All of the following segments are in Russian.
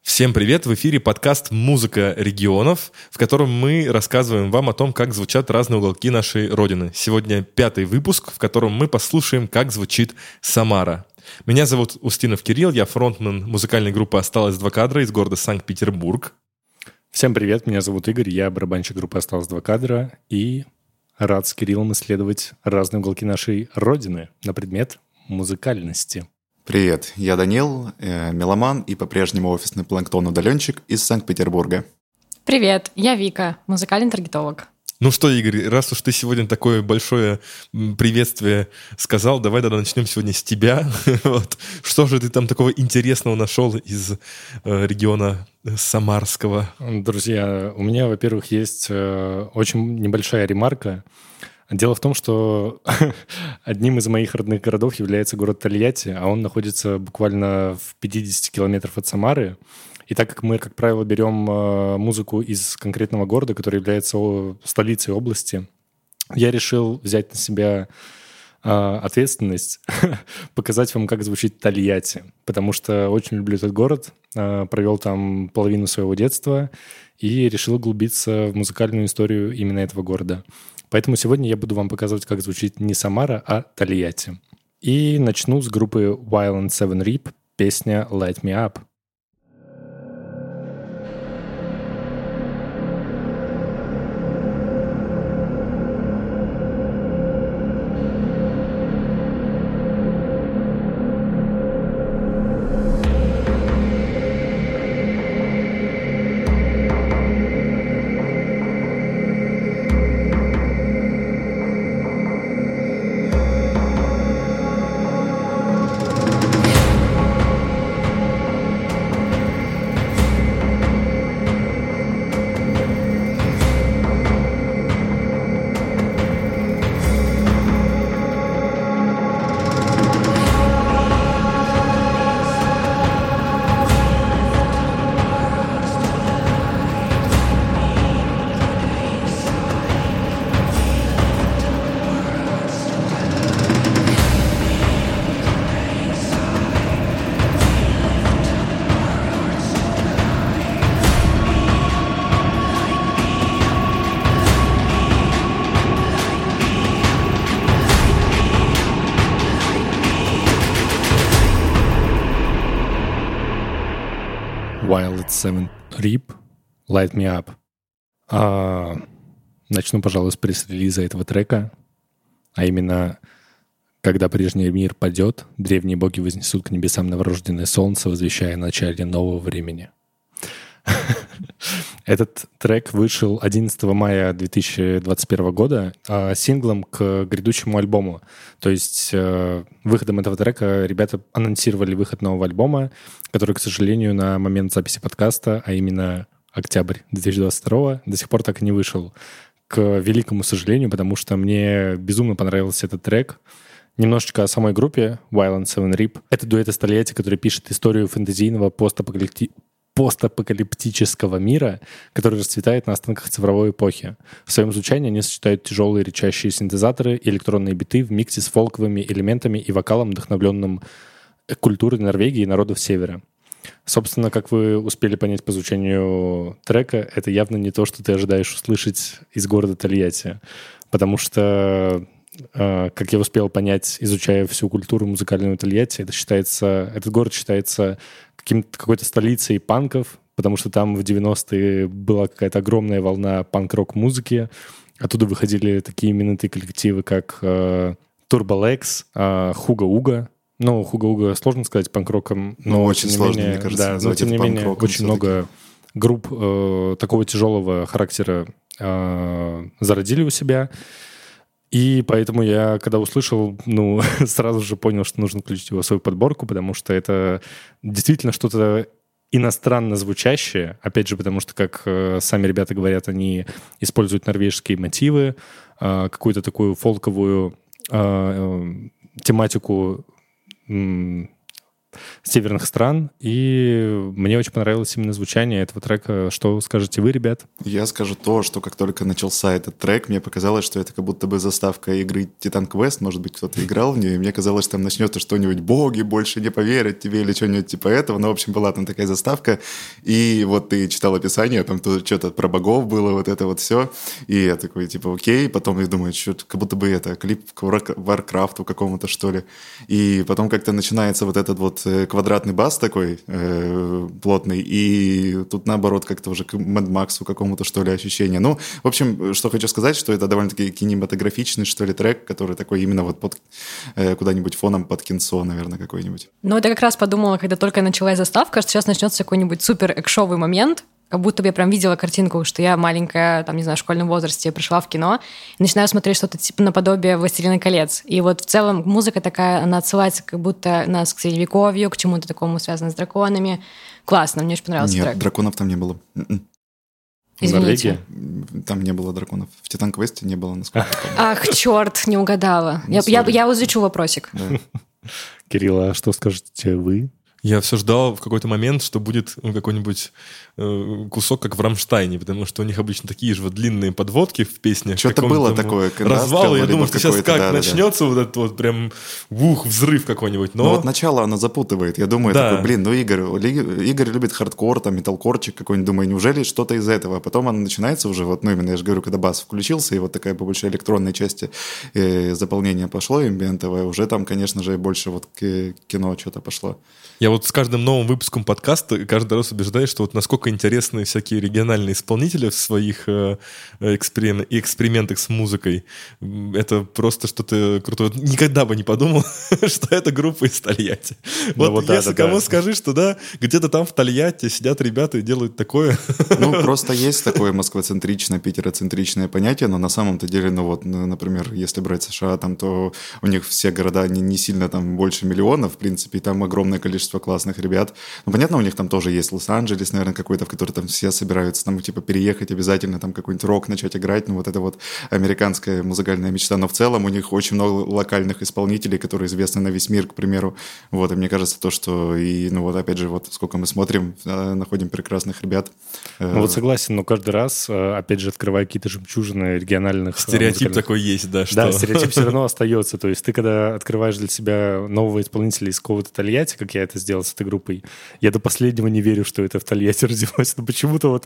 Всем привет! В эфире подкаст «Музыка регионов», в котором мы рассказываем вам о том, как звучат разные уголки нашей Родины. Сегодня 5-й выпуск, в котором мы послушаем, как звучит Самара. Меня зовут Устинов Кирилл, я фронтмен музыкальной группы «Осталось два кадра» из города Санкт-Петербург. Всем привет, меня зовут Игорь, я барабанщик группы «Осталось два кадра» и рад с Кириллом исследовать разные уголки нашей Родины на предмет музыкальности. Привет, я Данил, меломан и по-прежнему офисный планктон-удаленщик из Санкт-Петербурга. Привет, я Вика, музыкальный таргетолог. Ну что, Игорь, раз уж ты сегодня такое большое приветствие сказал, давай тогда начнем сегодня с тебя. Вот. Что же ты там такого интересного нашел из региона Самарского? Друзья, у меня, во-первых, есть очень небольшая ремарка. Дело в том, что одним из моих родных городов является город Тольятти, а он находится буквально в 50 километров от Самары. И так как мы, как правило, берем музыку из конкретного города, который является столицей области, я решил взять на себя ответственность показать вам, как звучит Тольятти, потому что очень люблю этот город, провел там половину своего детства и решил углубиться в музыкальную историю именно этого города. Поэтому сегодня я буду вам показывать, как звучит не Самара, а Тольятти. И начну с группы Violent Seven Rip, песня «Light Me Up». Violent Seven Rip, Light Me Up. Начну, пожалуй, с пресс-релиза этого трека, а именно «Когда прежний мир падет, древние боги вознесут к небесам новорожденное солнце, возвещая о начале нового времени». Этот трек вышел 11 мая 2021 года синглом к грядущему альбому. То есть выходом этого трека ребята анонсировали выход нового альбома, который, к сожалению, на момент записи подкаста, а именно октябрь 2022, до сих пор так и не вышел. К великому сожалению, потому что мне безумно понравился этот трек. Немножечко о самой группе Violent Seven Rip. Это дуэт из Тольятти, который пишет историю фэнтезийного постапокалиптического мира, который расцветает на останках цифровой эпохи. В своем звучании они сочетают тяжелые рычащие синтезаторы и электронные биты в миксе с фолковыми элементами и вокалом, вдохновленным культурой Норвегии и народов Севера. Собственно, как вы успели понять по звучанию трека, это явно не то, что ты ожидаешь услышать из города Тольятти, потому что, как я успел понять, изучая всю культуру музыкальную Тольятти, этот город считается какой-то столицей панков, потому что там в 90-е была какая-то огромная волна панк-рок-музыки. Оттуда выходили такие именитые коллективы, как Turbo Legs, Хуга Уга. Ну, Хуга Уга сложно сказать панк-роком, но очень сложно, менее, мне кажется, да, но тем не менее очень много групп такого тяжелого характера зародили у себя. И поэтому я, когда услышал, сразу же понял, что нужно включить его в свою подборку, потому что это действительно что-то иностранно звучащее. Опять же, потому что, как сами ребята говорят, они используют норвежские мотивы, какую-то такую фолковую тематику северных стран, и мне очень понравилось именно звучание этого трека. Что скажете вы, ребят? Я скажу то, что как только начался этот трек, мне показалось, что это как будто бы заставка игры Titan Quest, может быть, кто-то играл в нее, и мне казалось, что там начнется что-нибудь «Боги больше не поверят тебе» или что-нибудь типа этого. Ну, в общем, была там такая заставка, и вот ты читал описание, там что-то про богов было, вот это вот все, и я такой, типа, окей, потом я думаю, что как будто бы это клип к Варкрафту какому-то, что ли, и потом как-то начинается вот этот вот квадратный бас такой плотный, и тут наоборот как-то уже к Мэд Максу какому-то, что ли, ощущение. Ну, в общем, что хочу сказать, что это довольно-таки кинематографичный, что ли, трек, который такой именно вот под куда-нибудь фоном под кинцо, наверное, какой-нибудь. Ну, вот я как раз подумала, когда только началась заставка, что сейчас начнется какой-нибудь супер экшовый момент, как будто бы я прям видела картинку, что я маленькая, там, не знаю, в школьном возрасте пришла в кино и начинаю смотреть что-то типа наподобие «Властелина колец». И вот в целом музыка такая, она отсылается как будто нас к средневековью, к чему-то такому связанному с драконами. Классно, мне очень понравился трек. Нет, драконов там не было. Извините. Там не было драконов. В Титан Квесте не было, насколько я помню. Ах, черт, не угадала. Я изучу вопросик. Кирилл, а что скажете вы? Я все ждал в какой-то момент, что будет какой-нибудь кусок, как в «Рамштайне», потому что у них обычно такие же вот длинные подводки в песнях. Что-то было такое. Развал, я думал, что сейчас как да, начнется вот этот вот прям взрыв какой-нибудь. Но ну вот начало оно запутывает. Я думаю, да. такой, ну Игорь любит хардкор, там, металкорчик какой-нибудь. Думаю, неужели что-то из этого? А потом оно начинается уже, вот, ну именно, я же говорю, когда бас включился, и вот такая побольше электронной части заполнения пошло, амбиентовое, уже там, конечно же, больше вот к кино что-то пошло. Я вот с каждым новым выпуском подкаста каждый раз убеждаюсь, что вот насколько интересны всякие региональные исполнители в своих экспериментах с музыкой. Это просто что-то крутое. Никогда бы не подумал, что это группа из Тольятти. Вот если кому скажи, что да, где-то там в Тольятти сидят ребята и делают такое. Ну, просто есть такое москвоцентричное, питероцентричное понятие, но на самом-то деле, ну вот, например, если брать США, там, то у них все города не сильно там больше миллиона, в принципе, и там огромное количество классных ребят. Ну, понятно, у них там тоже есть Лос-Анджелес, наверное, какой-то, в который там все собираются, там, типа, переехать обязательно, там, какой-нибудь рок начать играть, ну, вот это вот американская музыкальная мечта, но в целом у них очень много локальных исполнителей, которые известны на весь мир, к примеру, вот, и мне кажется, то, что, и, ну, вот, опять же, вот, сколько мы смотрим, находим прекрасных ребят. Ну, вот согласен, но каждый раз, опять же, открывая какие-то жемчужины региональных... Стереотип такой есть, да, что... Да, стереотип все равно остается, то есть ты, когда открываешь для себя нового исполнителя из какого-то Тольятти, как я это сделал с этой группой, я до последнего не верю, что это в Тольятти родилось, но почему-то вот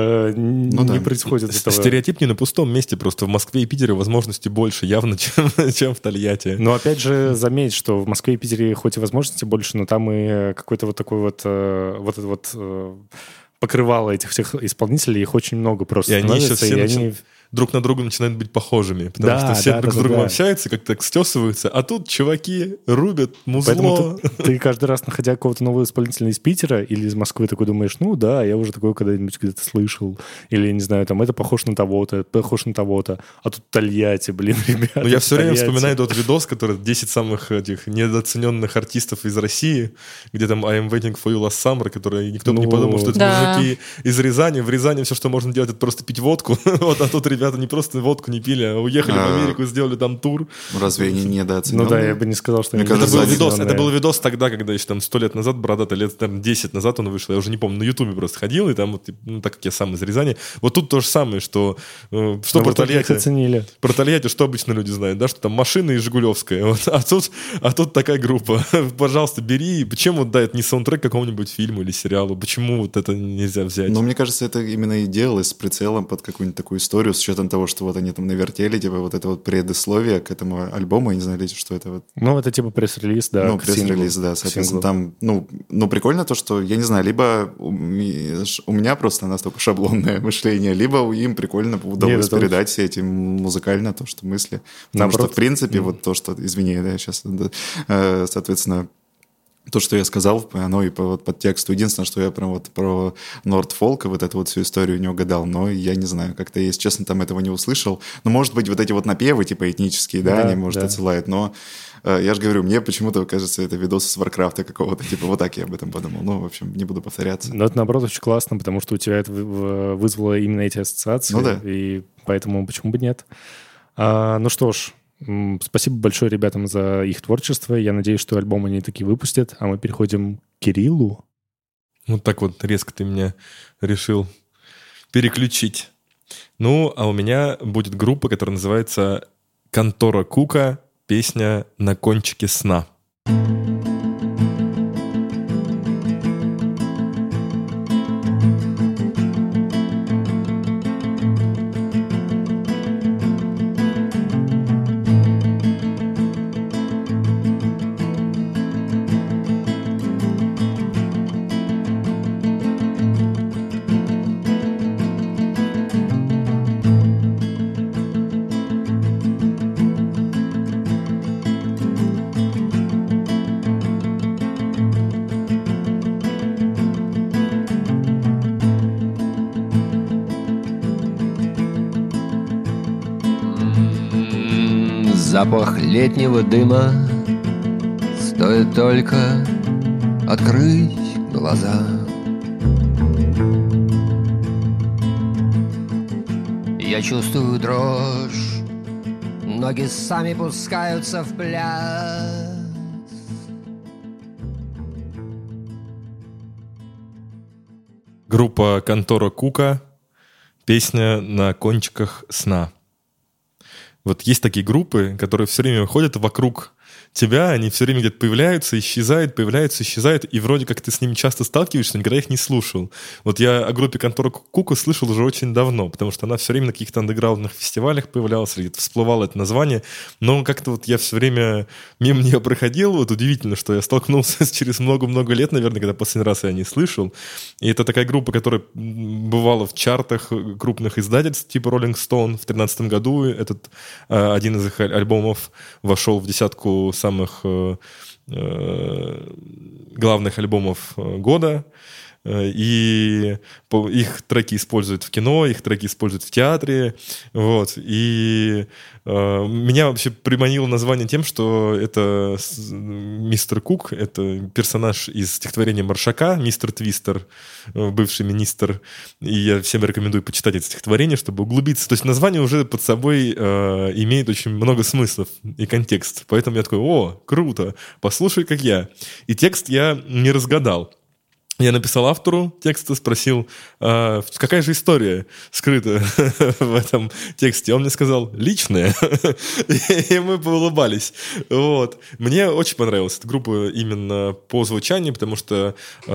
не происходит этого. Стереотип не на пустом месте, просто в Москве и Питере возможностей больше явно, чем в Тольятти. Но опять же, заметь, что в Москве и Питере хоть и возможностей больше, но там и какой-то вот такой вот вот это вот покрывало этих всех исполнителей, их очень много просто. И они сейчас все друг на друга начинают быть похожими, потому что все друг с другом общаются, как-то так стесываются, а тут чуваки рубят музло. Поэтому ты каждый раз, находя какого-то нового исполнителя из Питера или из Москвы, такой думаешь, ну да, я уже такое когда-нибудь где-то слышал, или, не знаю, там, это похож на того-то, это похож на того-то, а тут Тольятти, блин, ребята. Ну, я все время вспоминаю тот видос, который 10 самых этих недооцененных артистов из России, где там I am waiting for you last summer, которые никто бы не подумал, что это мужики из Рязани. В Рязани все, что можно делать, это просто пить водку. Вот, а тут ребята не просто водку не пили, а уехали в Америку, сделали там тур. Разве они недооцененные? Ну да, я бы не сказал, что они недооцененные. Это был видос тогда, когда еще там 100 лет назад, бородатый, лет, наверное, 10 назад он вышел, я уже не помню, на Ютубе просто ходил, и там, вот, ну, так как я сам из Рязани, вот тут то же самое, что про Тольятти. Про Тольятти что обычно люди знают, да, что там машина и Жигулевская, вот, а тут такая группа. Пожалуйста, бери. Почему, да, это не саундтрек какому-нибудь фильму или сериалу? Почему вот это нельзя взять? Ну, мне кажется, это именно и делалось с прицелом под какую-нибудь такую историю, с учетом того, что вот они там навертели, типа вот это вот предисловие к этому альбому, я не знаю, что это вот. Ну, это типа пресс-релиз, да. Ну, пресс-релиз, да, соответственно, там, ну, прикольно то, что, я не знаю, либо у меня просто настолько шаблонное мышление, либо им прикольно удалось передать все эти музыкально то, что мысли. Потому что, в принципе, вот то, что, извини, да, сейчас, соответственно, то, что я сказал, оно и по подтексту. Единственное, что я прям вот про Нордфолк и вот эту вот всю историю не угадал, но я не знаю, как-то, если честно, там этого не услышал. Ну, может быть, вот эти вот напевы, типа этнические, да, они, может, отсылают, но я же говорю, мне почему-то кажется, это видос с Варкрафта какого-то, типа вот так я об этом подумал. Ну, в общем, не буду повторяться. Но это, наоборот, очень классно, потому что у тебя это вызвало именно эти ассоциации, и поэтому почему бы нет. Ну что ж, Спасибо большое ребятам за их творчество. Я надеюсь, что альбом они таки выпустят, а мы переходим к Кириллу. Вот так вот резко ты меня решил переключить. Ну, а у меня будет группа, которая называется «Контора Кука», песня «На кончике сна». Запах летнего дыма, стоит только открыть глаза. Я чувствую дрожь, ноги сами пускаются в пляс. Группа «Контора Кука», песня «На кончиках сна». Вот есть такие группы, которые все время ходят вокруг тебя, они все время где-то появляются, исчезают, и вроде как ты с ними часто сталкиваешься, но никогда их не слушал. Вот я о группе «Контора Кука» слышал уже очень давно, потому что она все время на каких-то андеграундных фестивалях появлялась, или где-то всплывало это название, но как-то вот я все время мимо нее проходил, вот удивительно, что я столкнулся через много-много лет, наверное, когда последний раз я не слышал. И это такая группа, которая бывала в чартах крупных издательств, типа Rolling Stone. В 2013 году этот один из их альбомов вошел в десятку самых главных альбомов года. И их треки используют в кино, их треки используют в театре. Вот. И меня вообще приманило название тем, что это мистер Кук, это персонаж из стихотворения Маршака, мистер Твистер, бывший министр. И я всем рекомендую почитать это стихотворение, чтобы углубиться. То есть название уже под собой имеет очень много смыслов и контекст. Поэтому я такой: о, круто, послушай, как я. И текст я не разгадал. Я написал автору текста, спросил, какая же история скрыта в этом тексте. Он мне сказал: личная. И мы поулыбались. Вот. Мне очень понравилась эта группа именно по звучанию, потому что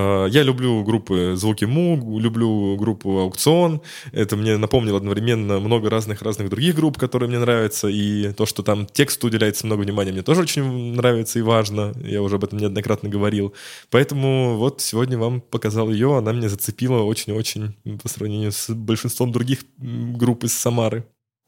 я люблю группы «Звуки Му», люблю группу «Аукцион». Это мне напомнило одновременно много разных других групп, которые мне нравятся. И то, что там тексту уделяется много внимания, мне тоже очень нравится и важно. Я уже об этом неоднократно говорил. Поэтому вот сегодня вам показал ее, она меня зацепила очень-очень по сравнению с большинством других групп из Самары.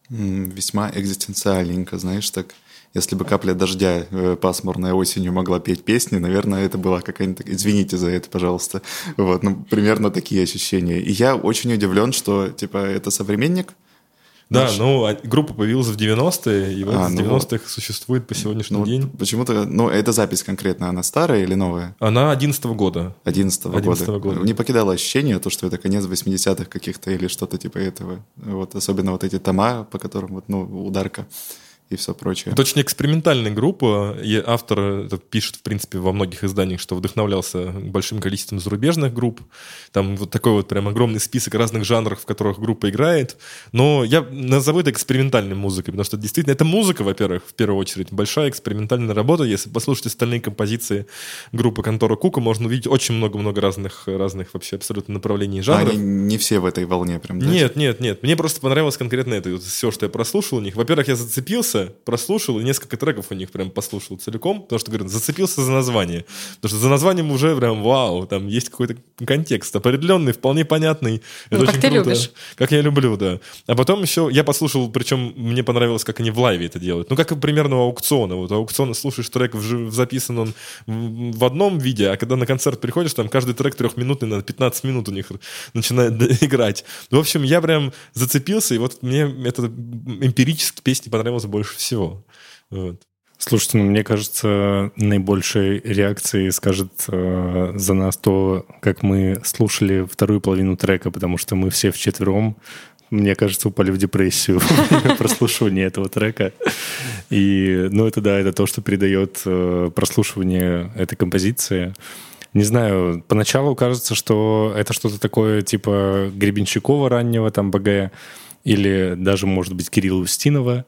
Весьма экзистенциальненько, знаешь, так. Если бы «Капля дождя» пасмурной осенью могла петь песни, наверное, это была какая-нибудь... Извините за это, пожалуйста. Вот, ну, примерно такие ощущения. И я очень удивлен, что, типа, это современник. Да, группа появилась в 90-е, и вот с 90-х существует по сегодняшний день. Почему-то, эта запись конкретно, она старая или новая? Она 11-го года. 11-го года. Не покидало ощущение, что это конец 80-х каких-то или что-то типа этого. Вот, особенно вот эти тома, по которым ударка и все прочее. Это очень экспериментальная группа, и автор это пишет, в принципе, во многих изданиях, что вдохновлялся большим количеством зарубежных групп. Там вот такой вот прям огромный список разных жанров, в которых группа играет. Но я назову это экспериментальной музыкой, потому что действительно это музыка, во-первых, в первую очередь, большая экспериментальная работа. Если послушать остальные композиции группы «Контора Кука», можно увидеть очень много-много разных вообще абсолютно направлений и жанров. Они не все в этой волне прям, да? Нет. Мне просто понравилось конкретно это. Все, что я прослушал у них. Во-первых, я зацепился, прослушал, и несколько треков у них прям послушал целиком, потому что, говорю, зацепился за название. Потому что за названием уже прям вау, там есть какой-то контекст определенный, вполне понятный. Это как очень ты круто. любишь. Как я люблю, да. А потом еще я послушал, причем мне понравилось, как они в лайве это делают. Ну, как примерно у «Аукциона». Вот у «Аукциона» слушаешь трек, записан он в одном виде, а когда на концерт приходишь, там каждый трек 3-минутный, на 15 минут у них начинает играть. В общем, я прям зацепился, и вот мне это эмпирически песня понравилась больше всего. Вот. Слушайте, мне кажется, наибольшей реакцией скажет за нас то, как мы слушали вторую половину трека, потому что мы все вчетвером мне кажется, упали в депрессию во время прослушивания этого трека. И, ну, это да, это то, что передает прослушивание этой композиции. Не знаю, поначалу кажется, что это что-то такое типа Гребенщикова раннего, там, БГ, или даже, может быть, Кирилла Устинова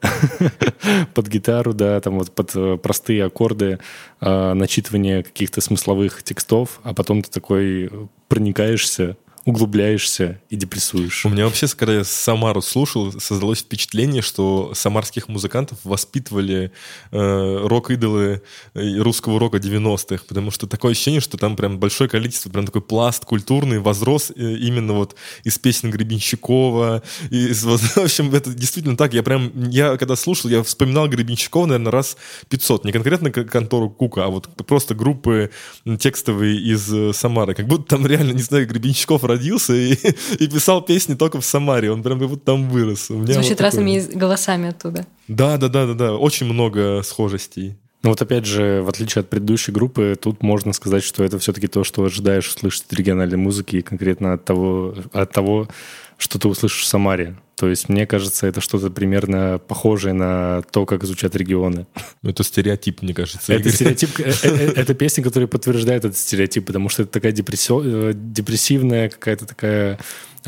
под гитару, да, там вот под простые аккорды, начитывание каких-то смысловых текстов, а потом ты такой проникаешься, углубляешься и депрессуешь. У меня вообще, когда я Самару слушал, создалось впечатление, что самарских музыкантов воспитывали рок-идолы русского рока 90-х, потому что такое ощущение, что там прям большое количество, прям такой пласт культурный возрос именно вот из песен Гребенщикова. Вот, в общем, это действительно так. Я когда слушал, я вспоминал Гребенщикова, наверное, раз 500. Не конкретно контору Кука, а вот просто группы текстовые из Самары. Как будто там реально, не знаю, Гребенщиков родился и писал песни только в Самаре. Он прям как будто там вырос. Звучит вот разными голосами оттуда. Да. Очень много схожестей. Ну вот опять же, в отличие от предыдущей группы, тут можно сказать, что это все-таки то, что ожидаешь услышать от региональной музыки, и конкретно от того, что ты услышишь в Самаре. То есть, мне кажется, это что-то примерно похожее на то, как звучат регионы. Это стереотип, мне кажется. Это стереотип, это песня, которая подтверждает этот стереотип, потому что это такая депрессивная какая-то такая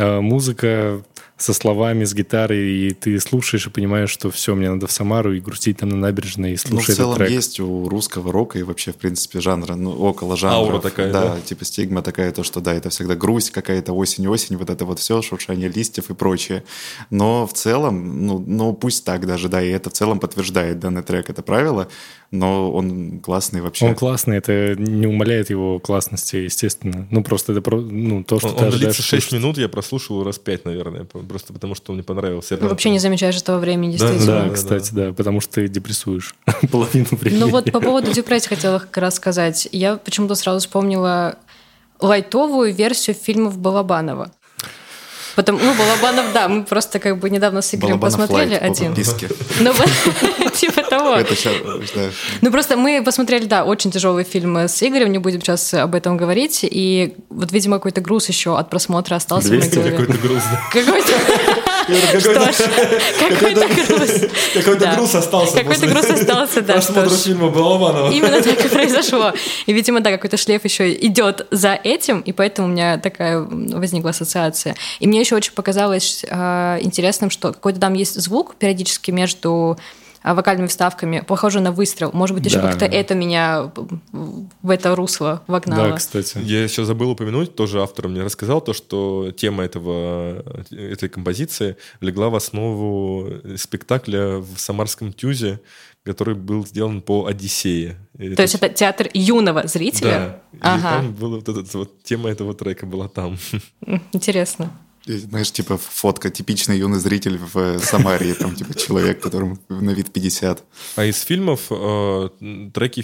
музыка со словами, с гитарой, и ты слушаешь и понимаешь, что все, мне надо в Самару и грустить там на набережной и слушать этот трек. Ну, в целом есть у русского рока и вообще, в принципе, жанра, ну, около жанра. Аура такая, да? Типа стигма такая, то, что да, это всегда грусть какая-то, осень, вот это вот все, шуршание листьев и прочее. Но в целом, ну пусть так даже, да, и это в целом подтверждает данный трек, это правило, но он классный вообще. Он классный, это не умаляет его классности, естественно. Ну, просто это то, что ты ожидаешь. Он длится 6 минут, я прослушал раз 5, наверное, просто потому что он мне понравился. Ты вообще не замечаешь этого времени, действительно. Да, кстати, да, потому что ты депрессуешь половину времени. Ну вот по поводу депрессии хотела как раз сказать. Я почему-то сразу вспомнила лайтовую версию фильмов Балабанова. Балабанов, да, мы просто как бы недавно с Игорем посмотрели один. Ну, типа того. Ну, просто мы посмотрели, да, очень тяжелый фильм с Игорем, не будем сейчас об этом говорить, и вот, видимо, какой-то груз еще от просмотра остался в моей голове. Какой-то груз, да. Какой-то груз. Какой-то груз остался. Какой-то груз остался, да. Просмотр фильма Балабанова. Именно так и произошло. И, видимо, да, какой-то шлейф еще идет за этим, и поэтому у меня такая возникла ассоциация. И мне еще очень показалось интересным, что какой-то там есть звук периодически между вокальными вставками, похоже на выстрел. Может быть, еще как-то это меня в это русло вогнало. Да, кстати. Я еще забыл упомянуть, тоже автор мне рассказал, то, что тема этой композиции легла в основу спектакля в Самарском ТЮЗе, который был сделан по «Одиссее». То есть это театр юного зрителя? Да. И там была тема этого трека была там. Интересно. Знаешь, типа фотка, типичный юный зритель в Самаре, там типа человек, которому на вид 50. А из фильмов треки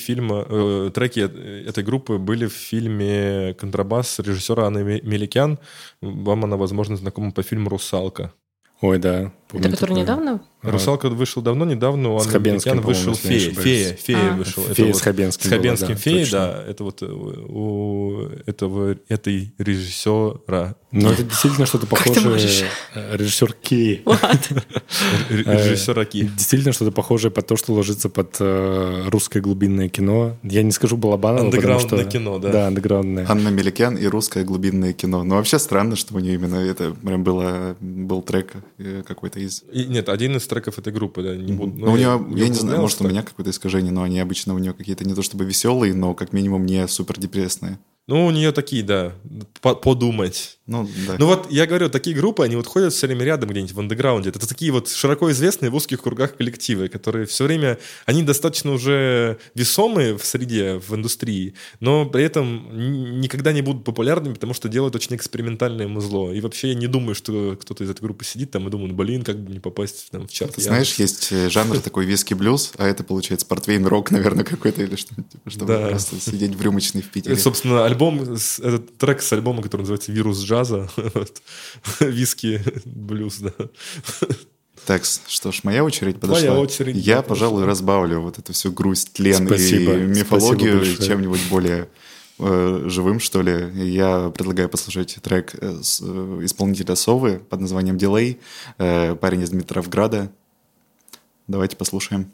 этой группы были в фильме «Контрабас» режиссера Анны Меликян. Вам она, возможно, знакома по фильму «Русалка». Ой, да. Это который недавно? «Русалка» вышел давно, недавно. У Анны Меликян вышел «Фея» вышел. «Фея» с Хабенским. С Хабенским «Фея», да. Это вот у этой режиссера. Но это действительно что-то похожее. Режиссер Ки. Режиссер Ки. Действительно что-то похожее под то, что ложится под русское глубинное кино. Я не скажу Балабанова, потому что... Андеграундное кино, да. Да, андеграундное. Анна Меликян и русское глубинное кино. Но вообще странно, что у нее именно это прям был трек какой-то из... Нет, один из треков этой группы, да. Не буду, у нее, я не знаю, может, у меня какое-то искажение, но они обычно у нее какие-то не то чтобы веселые, но как минимум не супер депрессные. Ну, у нее такие, да, подумать. Ну, да. Ну вот, я говорю, такие группы, они вот ходят все время рядом где-нибудь в андеграунде. Это такие вот широко известные в узких кругах коллективы, которые все время, они достаточно уже весомые в среде, в индустрии, но при этом никогда не будут популярными, потому что делают очень экспериментальное музло. И вообще я не думаю, что кто-то из этой группы сидит там и думает, блин, как бы не попасть там, в чарт. Знаешь, есть жанр такой виски блюз, а это получается портвейн-рок, наверное, какой-то или что-нибудь, чтобы просто сидеть в рюмочной в Питере. Это, собственно, этот трек с альбома, который называется «Вирус джаза». Виски блюз, да. Так, что ж, моя очередь подошла. Твоя очередь. Я, пожалуй, разбавлю вот эту всю грусть, тлен и мифологию чем-нибудь более живым, что ли. Я предлагаю послушать трек исполнителя Совы под названием «Delay», парень из Дмитровграда. Давайте послушаем.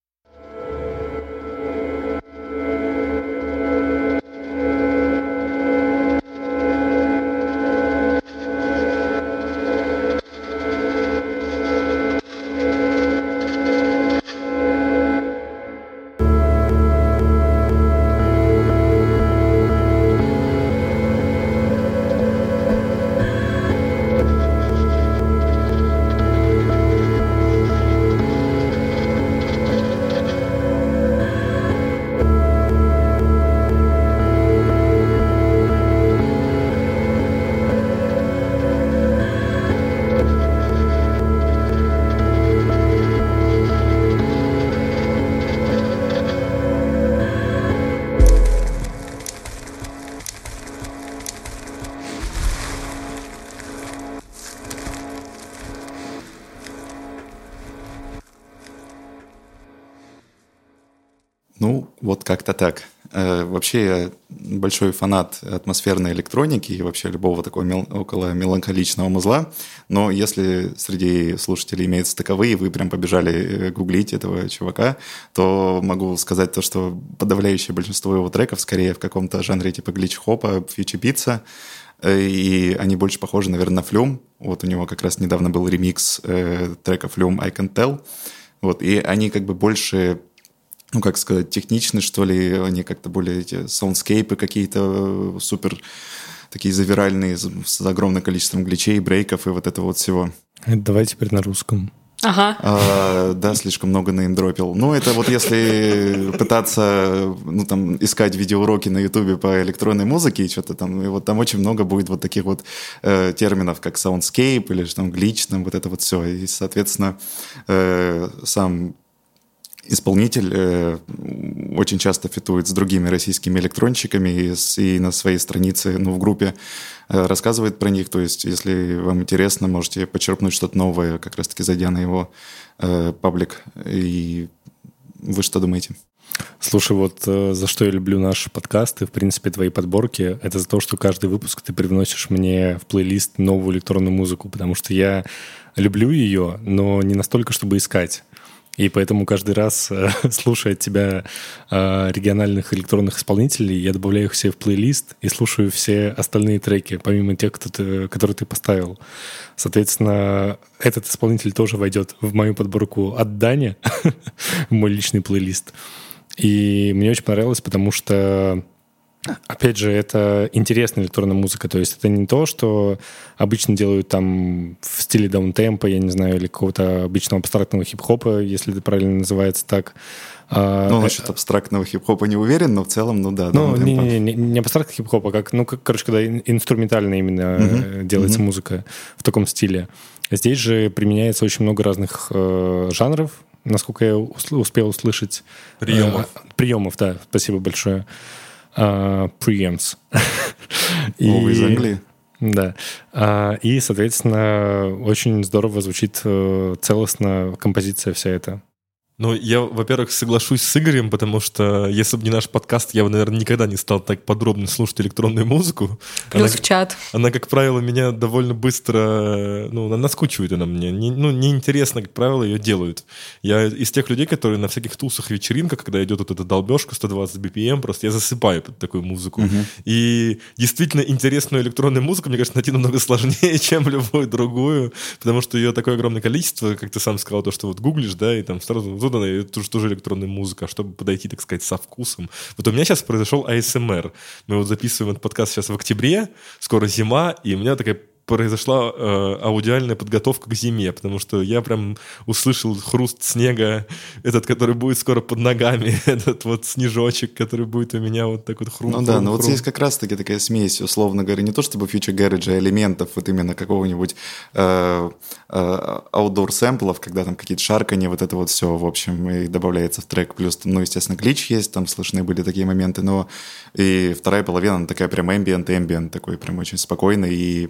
Ну, вот как-то так. Вообще я большой фанат атмосферной электроники и вообще любого такого около меланхоличного музла. Но если среди слушателей имеются таковые, вы прям побежали гуглить этого чувака, то могу сказать то, что подавляющее большинство его треков скорее в каком-то жанре типа глич-хопа, фьючи-пицца. И они больше похожи, наверное, на Flume. Вот у него как раз недавно был ремикс трека Flume I Can Tell. Вот, и они как бы больше... ну, как сказать, техничны, что ли, они как-то более эти саундскейпы какие-то супер такие завиральные, с огромным количеством гличей, брейков и вот этого вот всего. Давай теперь на русском. Ага. Да, слишком много неймдропил. Ну, это вот если пытаться, ну, там, искать видеоуроки на Ютубе по электронной музыке и что-то там, и вот там очень много будет вот таких вот терминов, как soundscape или что там, глич, там, вот это вот все. И, соответственно, сам исполнитель очень часто фитует с другими российскими электронщиками и на своей странице, ну, в группе рассказывает про них. То есть, если вам интересно, можете почерпнуть что-то новое, как раз-таки зайдя на его паблик. И вы что думаете? Слушай, вот за что я люблю наши подкасты, в принципе, твои подборки, это за то, что каждый выпуск ты привносишь мне в плейлист новую электронную музыку, потому что я люблю ее, но не настолько, чтобы искать. И поэтому каждый раз, слушая от тебя региональных электронных исполнителей, я добавляю их все в плейлист и слушаю все остальные треки, помимо тех, которые ты поставил. Соответственно, этот исполнитель тоже войдет в мою подборку от Дани, в мой личный плейлист. И мне очень понравилось, потому что, опять же, это интересная электронная музыка. То есть это не то, что обычно делают там в стиле даунтемпа, я не знаю, или какого-то обычного абстрактного хип-хопа, если это правильно называется так. Ну, насчет абстрактного хип-хопа не уверен, но в целом, ну да. Ну, не абстрактный хип-хоп, а как, ну, короче, когда инструментально именно делается музыка в таком стиле. Здесь же применяется очень много разных жанров, насколько я успел услышать. Приемов, да, спасибо большое. Preamps. Из Англии. Да. И, соответственно, очень здорово звучит целостно композиция вся эта. Ну, я, во-первых, соглашусь с Игорем, потому что если бы не наш подкаст, я бы, наверное, никогда не стал так подробно слушать электронную музыку. Плюс в чат. Она, как правило, меня довольно быстро... Ну, наскучивает она мне. Неинтересно, как правило, ее делают. Я из тех людей, которые на всяких тусах, вечеринках, когда идет вот эта долбежка 120 BPM, просто я засыпаю под такую музыку. И действительно интересную электронную музыку, мне кажется, найти намного сложнее, чем любую другую, потому что ее такое огромное количество, как ты сам сказал, то, что вот гуглишь, да, и там сразу... Это тоже электронная музыка, чтобы подойти, так сказать, со вкусом. Вот у меня сейчас произошел ASMR. Мы вот записываем этот подкаст сейчас в октябре, скоро зима, и у меня такая произошла аудиальная подготовка к зиме, потому что я прям услышал хруст снега, этот, который будет скоро под ногами, этот вот снежочек, который будет у меня вот так вот хрум. Ну да, но вот здесь как раз-таки такая смесь, условно говоря, не то чтобы фьючер гарриджа, а элементов вот именно какого-нибудь аутдор-сэмплов, когда там какие-то шарканье, вот это вот все, в общем, и добавляется в трек. Плюс, ну, естественно, глич есть, там слышны были такие моменты, но и вторая половина, она такая прям ambient, такой прям очень спокойный и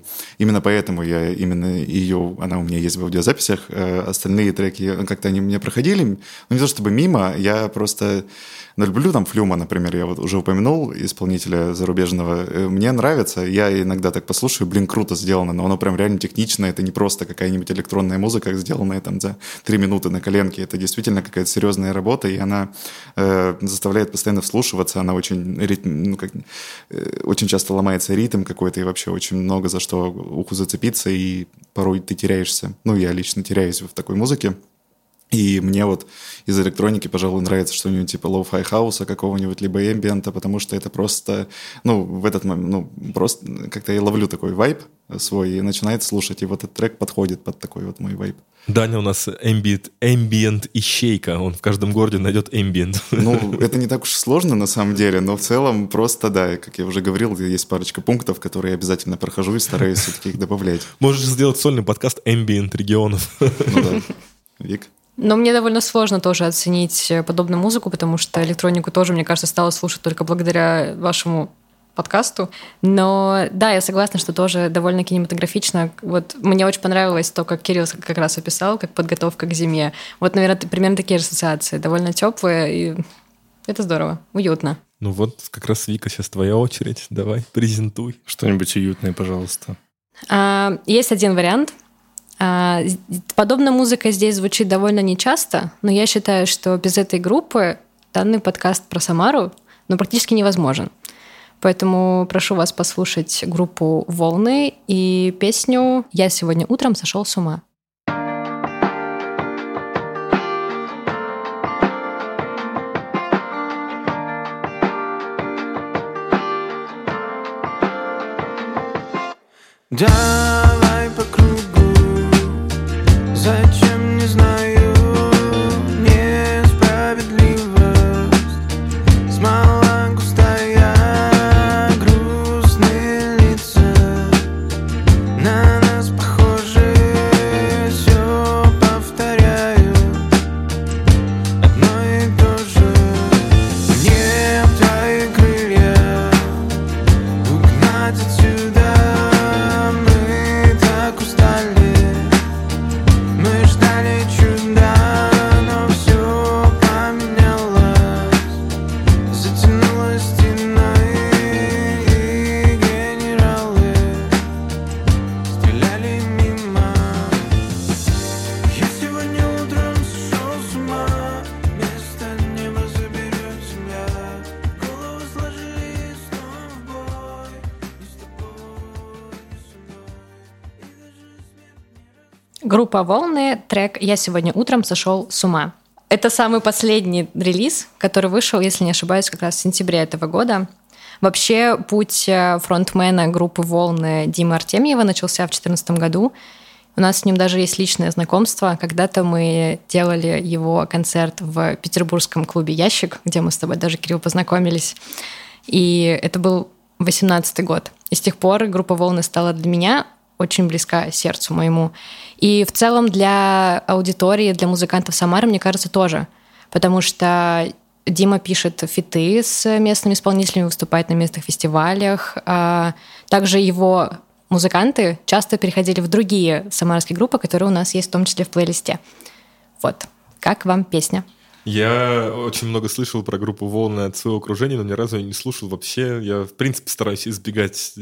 именно поэтому я именно ее, она у меня есть в аудиозаписях, остальные треки как-то они мне проходили, ну не то чтобы мимо, я просто люблю там Флюма, например, я вот уже упомянул, исполнителя зарубежного, мне нравится, я иногда так послушаю, блин, круто сделано, но оно прям реально технично, это не просто какая-нибудь электронная музыка, сделанная там за 3 минуты на коленке, это действительно какая-то серьезная работа, и она заставляет постоянно вслушиваться, она очень, очень часто ломается ритм какой-то, и вообще очень много за что уху зацепиться, и порой ты теряешься, ну, я лично теряюсь в такой музыке. И мне вот из электроники, пожалуй, нравится что-нибудь типа лоу-фай хауса какого-нибудь, либо эмбиента, потому что это просто, ну, в этот момент, ну, просто как-то я ловлю такой вайб свой и начинает слушать, и вот этот трек подходит под такой вот мой вайб. Даня у нас эмбиент ищейка, он в каждом городе найдет эмбиент. Ну, это не так уж сложно на самом деле, но в целом просто, да, как я уже говорил, есть парочка пунктов, которые я обязательно прохожу и стараюсь все-таки их добавлять. Можешь сделать сольный подкаст «Эмбиент регионов». Ну да. Вик? Но мне довольно сложно тоже оценить подобную музыку, потому что электронику тоже, мне кажется, стала слушать только благодаря вашему подкасту. Но да, я согласна, что тоже довольно кинематографично. Вот мне очень понравилось то, как Кирилл как раз описал, как подготовка к зиме. Вот, наверное, примерно такие же ассоциации. Довольно теплые, и это здорово, уютно. Ну вот, как раз, Вика, сейчас твоя очередь. Давай, презентуй. Что-нибудь уютное, пожалуйста. Есть один вариант. Подобная музыка здесь звучит довольно нечасто, но я считаю, что без этой группы данный подкаст про Самару практически невозможен. Поэтому прошу вас послушать группу «Волны» и песню «Я сегодня утром сошел с ума». Давай по кругу, зачем, не знаю, несправедливость. Смола густая, грустные лица, на нас похожи, все повторяю, одно и то же. Мне в твои крылья угнать отсюда. Группа «Волны», трек «Я сегодня утром сошел с ума». Это самый последний релиз, который вышел, если не ошибаюсь, как раз в сентябре этого года. Вообще, путь фронтмена группы «Волны» Димы Артемьева начался в 2014 году. У нас с ним даже есть личное знакомство. Когда-то мы делали его концерт в петербургском клубе «Ящик», где мы с тобой даже, Кирилл, познакомились. И это был 2018 год. И с тех пор группа «Волны» стала для меня очень близка сердцу моему. И в целом для аудитории, для музыкантов Самары, мне кажется, тоже. Потому что Дима пишет фиты с местными исполнителями, выступает на местных фестивалях. Также его музыканты часто переходили в другие самарские группы, которые у нас есть в том числе в плейлисте. Вот. Как вам песня? Я очень много слышал про группу «Волны» от своего окружения, но ни разу я не слушал вообще. Я, в принципе, стараюсь избегать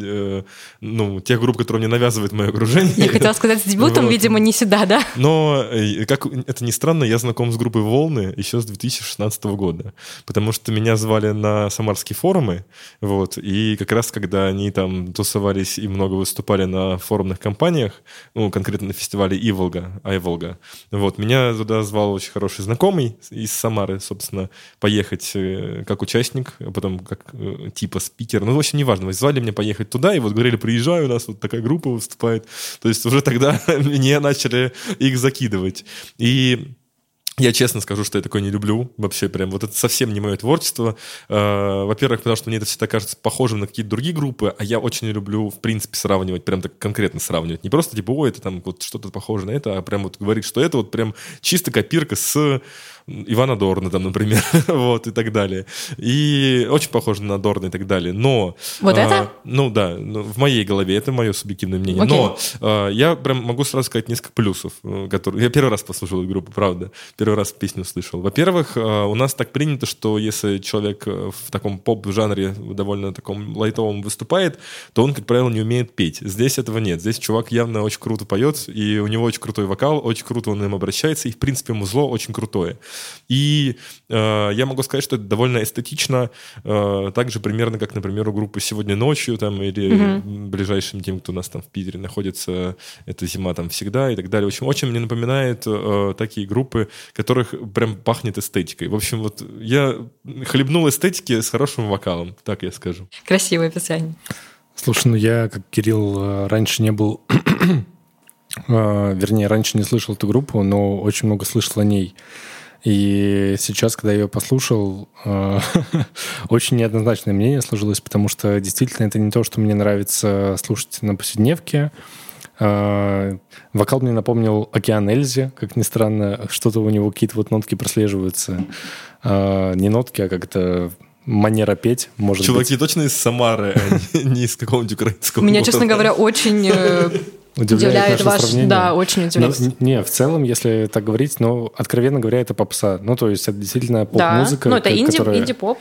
тех групп, которые мне навязывает мое окружение. Я хотела сказать, с дебютом, вот. Видимо, не сюда, да? Но, как это ни странно, я знаком с группой «Волны» еще с 2016 года, потому что меня звали на самарские форумы, вот, и как раз, когда они там тусовались и много выступали на форумных кампаниях, конкретно на фестивале Айволга, вот, меня туда звал очень хороший знакомый из Самары, собственно, поехать как участник, а потом как типа спикер. В общем, неважно. Звали меня поехать туда, и вот говорили, приезжай, у нас вот такая группа выступает. То есть уже тогда мне начали их закидывать. И я честно скажу, что я такое не люблю. Вообще прям вот это совсем не мое творчество. Во-первых, потому что мне это всегда кажется похожим на какие-то другие группы, а я очень не люблю, в принципе, сравнивать, прям так конкретно сравнивать. Не просто типа, ой, это там вот что-то похоже на это, а прям вот говорить, что это вот прям чисто копирка с Ивана Дорна там, например, вот, и так далее. И очень похоже на Дорна и так далее. Но... Вот это? Ну да, в моей голове, это мое субъективное мнение. Окей. Но я прям могу сразу сказать несколько плюсов, которые... Я первый раз послушал эту группу, правда. Первый раз песню слышал. Во-первых, у нас так принято, что если человек в таком поп-жанре довольно таком лайтовом выступает, то он, как правило, не умеет петь. Здесь этого нет. Здесь чувак явно очень круто поет, и у него очень крутой вокал, очень круто он им обращается, и, в принципе, музло очень крутое. И я могу сказать, что это довольно эстетично, так же примерно, как, например, у группы «Сегодня ночью», там, или ближайшим тем, кто у нас там в Питере находится, «Это зима там всегда» и так далее. В общем, очень мне напоминает такие группы, которых прям пахнет эстетикой. В общем, вот я хлебнул эстетики с хорошим вокалом, так я скажу. Красивое описание. Слушай, ну я, как Кирилл, раньше не был... Вернее, раньше не слышал эту группу, но очень много слышал о ней. И сейчас, когда я ее послушал, очень неоднозначное мнение сложилось, потому что действительно это не то, что мне нравится слушать на повседневке. Вокал мне напомнил «Океан Эльзи», как ни странно. Что-то у него какие-то вот нотки прослеживаются. Не нотки, а как-то манера петь, может Чуваки быть. точно из Самары, а не из какого-нибудь украинского Меня, города. честно говоря, очень удивляет наше ваш... сравнение. Да, очень удивляет. Не, в целом, если так говорить, ну, откровенно говоря, это попса. Ну, то есть это действительно Да, поп-музыка, ну это которая инди-поп.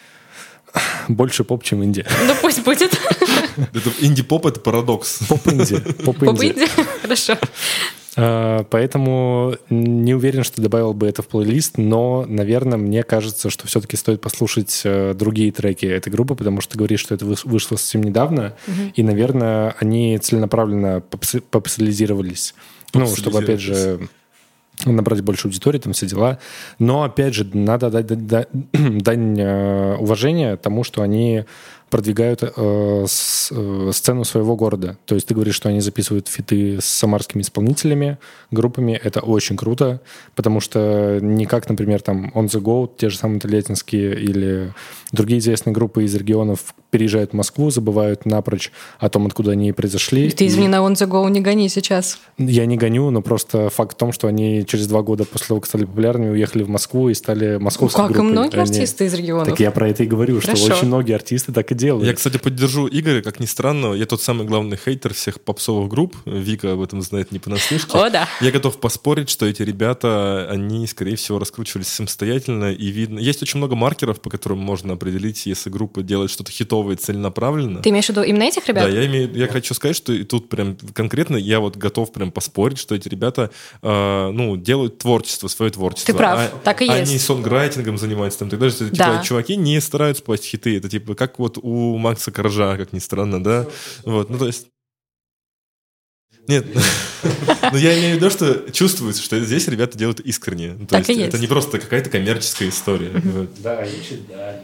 больше поп, чем инди. Ну пусть будет. Это инди-поп — это парадокс. Поп-инди. Поп-инди. Хорошо. Поэтому не уверен, что добавил бы это в плейлист, но, наверное, мне кажется, что все-таки стоит послушать другие треки этой группы, потому что ты говоришь, что это вышло совсем недавно, и, наверное, они целенаправленно попсализировались. Ну, чтобы, опять же, набрать больше аудитории, там все дела. Но, опять же, надо дань уважения тому, что они продвигают сцену своего города. То есть ты говоришь, что они записывают фиты с самарскими исполнителями, группами. Это очень круто, потому что не как, например, там On The Go, те же самые Тольяттинские или другие известные группы из регионов переезжают в Москву, забывают напрочь о том, откуда они произошли. Ты, извини, на On The Go не гони сейчас. Я не гоню, но просто факт в том, что они через 2 года после того, как стали популярными, уехали в Москву и стали московской Как и группой. многие артисты из регионов. Так я про это и говорю, Хорошо. что очень многие артисты так и делают. Я, кстати, поддержу Игоря, как ни странно. Я тот самый главный хейтер всех попсовых групп. Вика об этом знает не понаслышке. О, да. Я готов поспорить, что эти ребята, они, скорее всего, раскручивались самостоятельно. И видно... Есть очень много маркеров, по которым можно определить, если группа делает что-то хитовое целенаправленно. Ты имеешь в виду именно этих ребят? Да, я хочу сказать, что и тут прям конкретно я вот готов прям поспорить, что эти ребята делают творчество, свое творчество. Ты прав, так и есть. Они сонграйтингом занимаются там, и так далее. Что, Да. чуваки не стараются попасть в хиты. Это типа как вот у Макса Коржа, как ни странно, да? Вот, ну то есть... Нет, но я имею в виду, что чувствуется, что здесь ребята делают искренне. То Так и есть есть. это не просто какая-то коммерческая история. Вот. Да, ищет, да.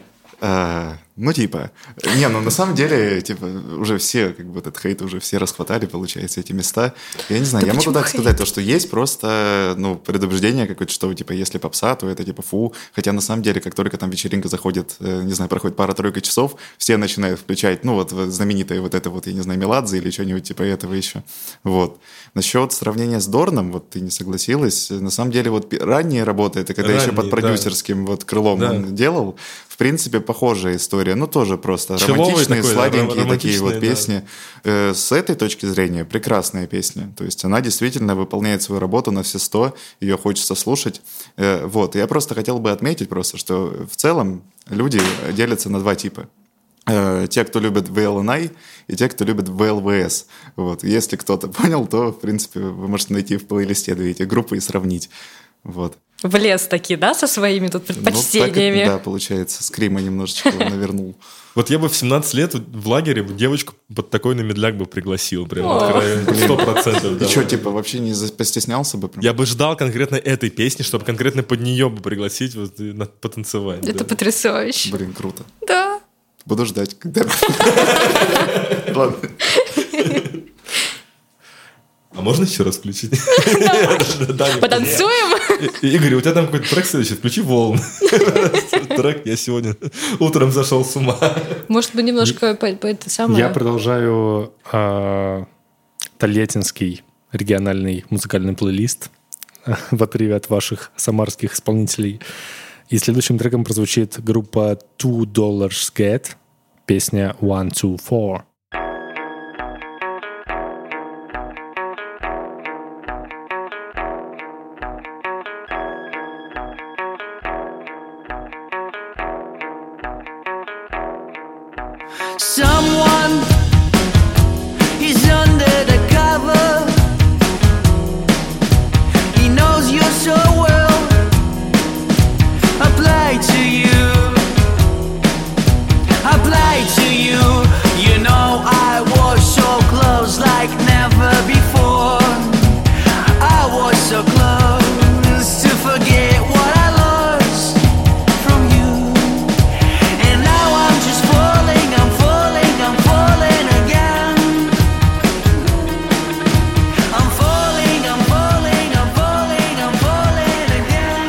На самом деле, уже все, как бы этот хейт уже все расхватали, получается, эти места. Я не знаю, Да я могу почему так хейт? сказать, то, что есть просто, предубеждение какое-то, что, если попса, то это, фу. Хотя, на самом деле, как только там вечеринка заходит, не знаю, проходит пара-тройка часов, все начинают включать, знаменитое вот это вот, я не знаю, Меладзе или что-нибудь типа этого еще. Вот. Насчет сравнения с Дорном, вот ты не согласилась, на самом деле, вот ранние работы, это когда еще под Ранние, да. продюсерским вот крылом Да. он делал, в принципе, похожая история, тоже просто Человый романтичные, такой, да, сладенькие такие вот романтичные, песни. С этой точки зрения прекрасная песня. То есть она действительно выполняет свою работу на все 100, ее хочется слушать. Я просто хотел бы отметить просто, что в целом люди делятся на 2 типа. Те, кто любит VLNI, и те, кто любит VLVS. Вот. Если кто-то понял, то, в принципе, вы можете найти в плейлисте 2 эти группы и сравнить. Вот. В лес такие, да, со своими тут предпочтениями? Да, получается, скрима немножечко навернул. Вот я бы в 17 лет в лагере девочку под такой на медляк бы пригласил. Прям О. откровенно, 100%. И да. что, вообще не постеснялся бы? Прям? Я бы ждал конкретно этой песни, чтобы конкретно под нее бы пригласить вот, и потанцевать. Это да. потрясающе. Блин, круто. Да. Буду ждать, когда... Ладно. А можно еще раз включить? Потанцуем? Игорь, у тебя там какой-то трек следующий, включи «Волн». Трек «Я сегодня утром зашел с ума». Может быть, немножко по это самое... Я продолжаю Тольяттинский региональный музыкальный плейлист. в отрыве от ваших самарских исполнителей. И следующим треком прозвучит группа $2 Get, песня 1, 2, 4. Someone is under the cover. He knows you so well. Apply to you. Apply to you. You know I was so close like never before. I was so close to forget what I lost from you. And now I'm just falling, I'm falling, I'm falling again. I'm falling, I'm falling, I'm falling, I'm falling again.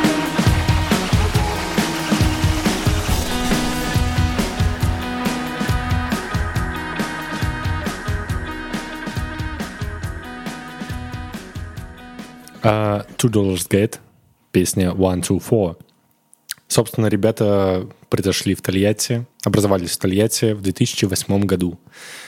$2 Get, песня 1, 2, 4. Собственно, ребята произошли в Тольятти, образовались в Тольятти в 2008 году.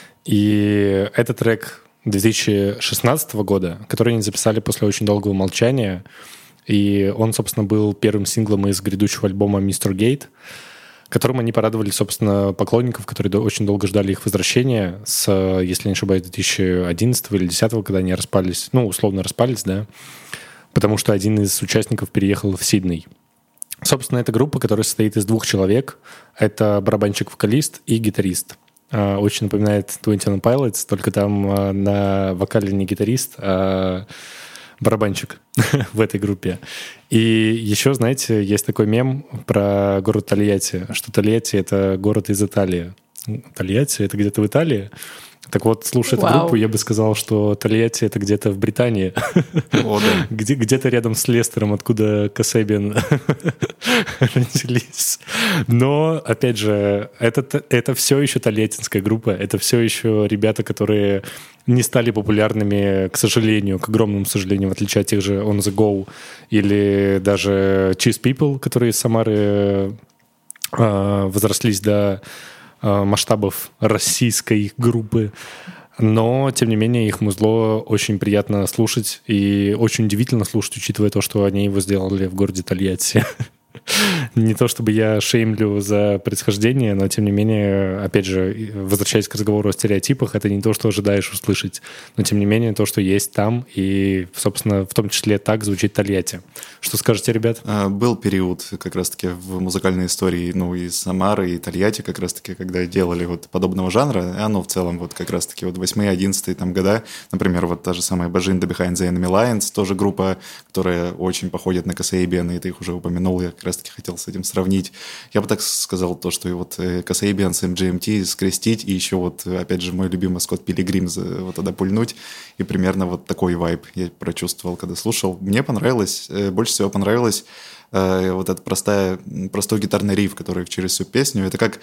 И это трек 2016 года, который они записали после очень долгого молчания. И он, собственно, был первым синглом из грядущего альбома «Mr. Gate», которым они порадовали, собственно, поклонников, которые очень долго ждали их возвращения с, если не ошибаюсь, 2011 или 2010, когда они распались, ну, условно распались, да, потому что один из участников переехал в Сидней. Собственно, это группа, которая состоит из 2 человек. Это барабанщик-вокалист и гитарист. Очень напоминает 21 Pilots, только там на вокале не гитарист, а барабанщик в этой группе. И еще, знаете, есть такой мем про город Тольятти, что Тольятти — это город из Италии. Тольятти — это где-то в Италии. Так вот, слушая эту группу, я бы сказал, что Тольятти — это где-то в Британии. О, да. Где-то рядом с Лестером, откуда Касэбиан родились. Но, опять же, это все еще тольяттинская группа. Это все еще ребята, которые не стали популярными, к сожалению, к огромному сожалению, в отличие от тех же On The Go или даже Cheese People, которые из Самары возрослись до масштабов российской группы. Но, тем не менее, их музло очень приятно слушать и очень удивительно слушать, учитывая то, что они его сделали в городе Тольятти. Не то чтобы я шеймлю за происхождение, но, тем не менее, опять же, возвращаясь к разговору о стереотипах, это не то, что ожидаешь услышать, но, тем не менее, то, что есть там, и, собственно, в том числе так звучит Тольятти. Что скажете, ребят? Был период как раз-таки в музыкальной истории, ну, и Самары, и Тольятти как раз-таки, когда делали вот подобного жанра, и оно в целом вот как раз-таки вот 8-11 там года, например, вот та же самая Бажинда Behind the Enemy Lines, тоже группа, которая очень походит на Kasabian, и ты их уже упомянул, я как раз-таки хотел с этим сравнить. Я бы так сказал, то, что и вот Kasabian с MGMT скрестить, и еще вот, опять же, мой любимый Скотт Пилигрим вот туда пульнуть, и примерно вот такой вайб я прочувствовал, когда слушал. Мне понравилось, больше всего понравилось вот этот простой гитарный риф, который через всю песню. Это как,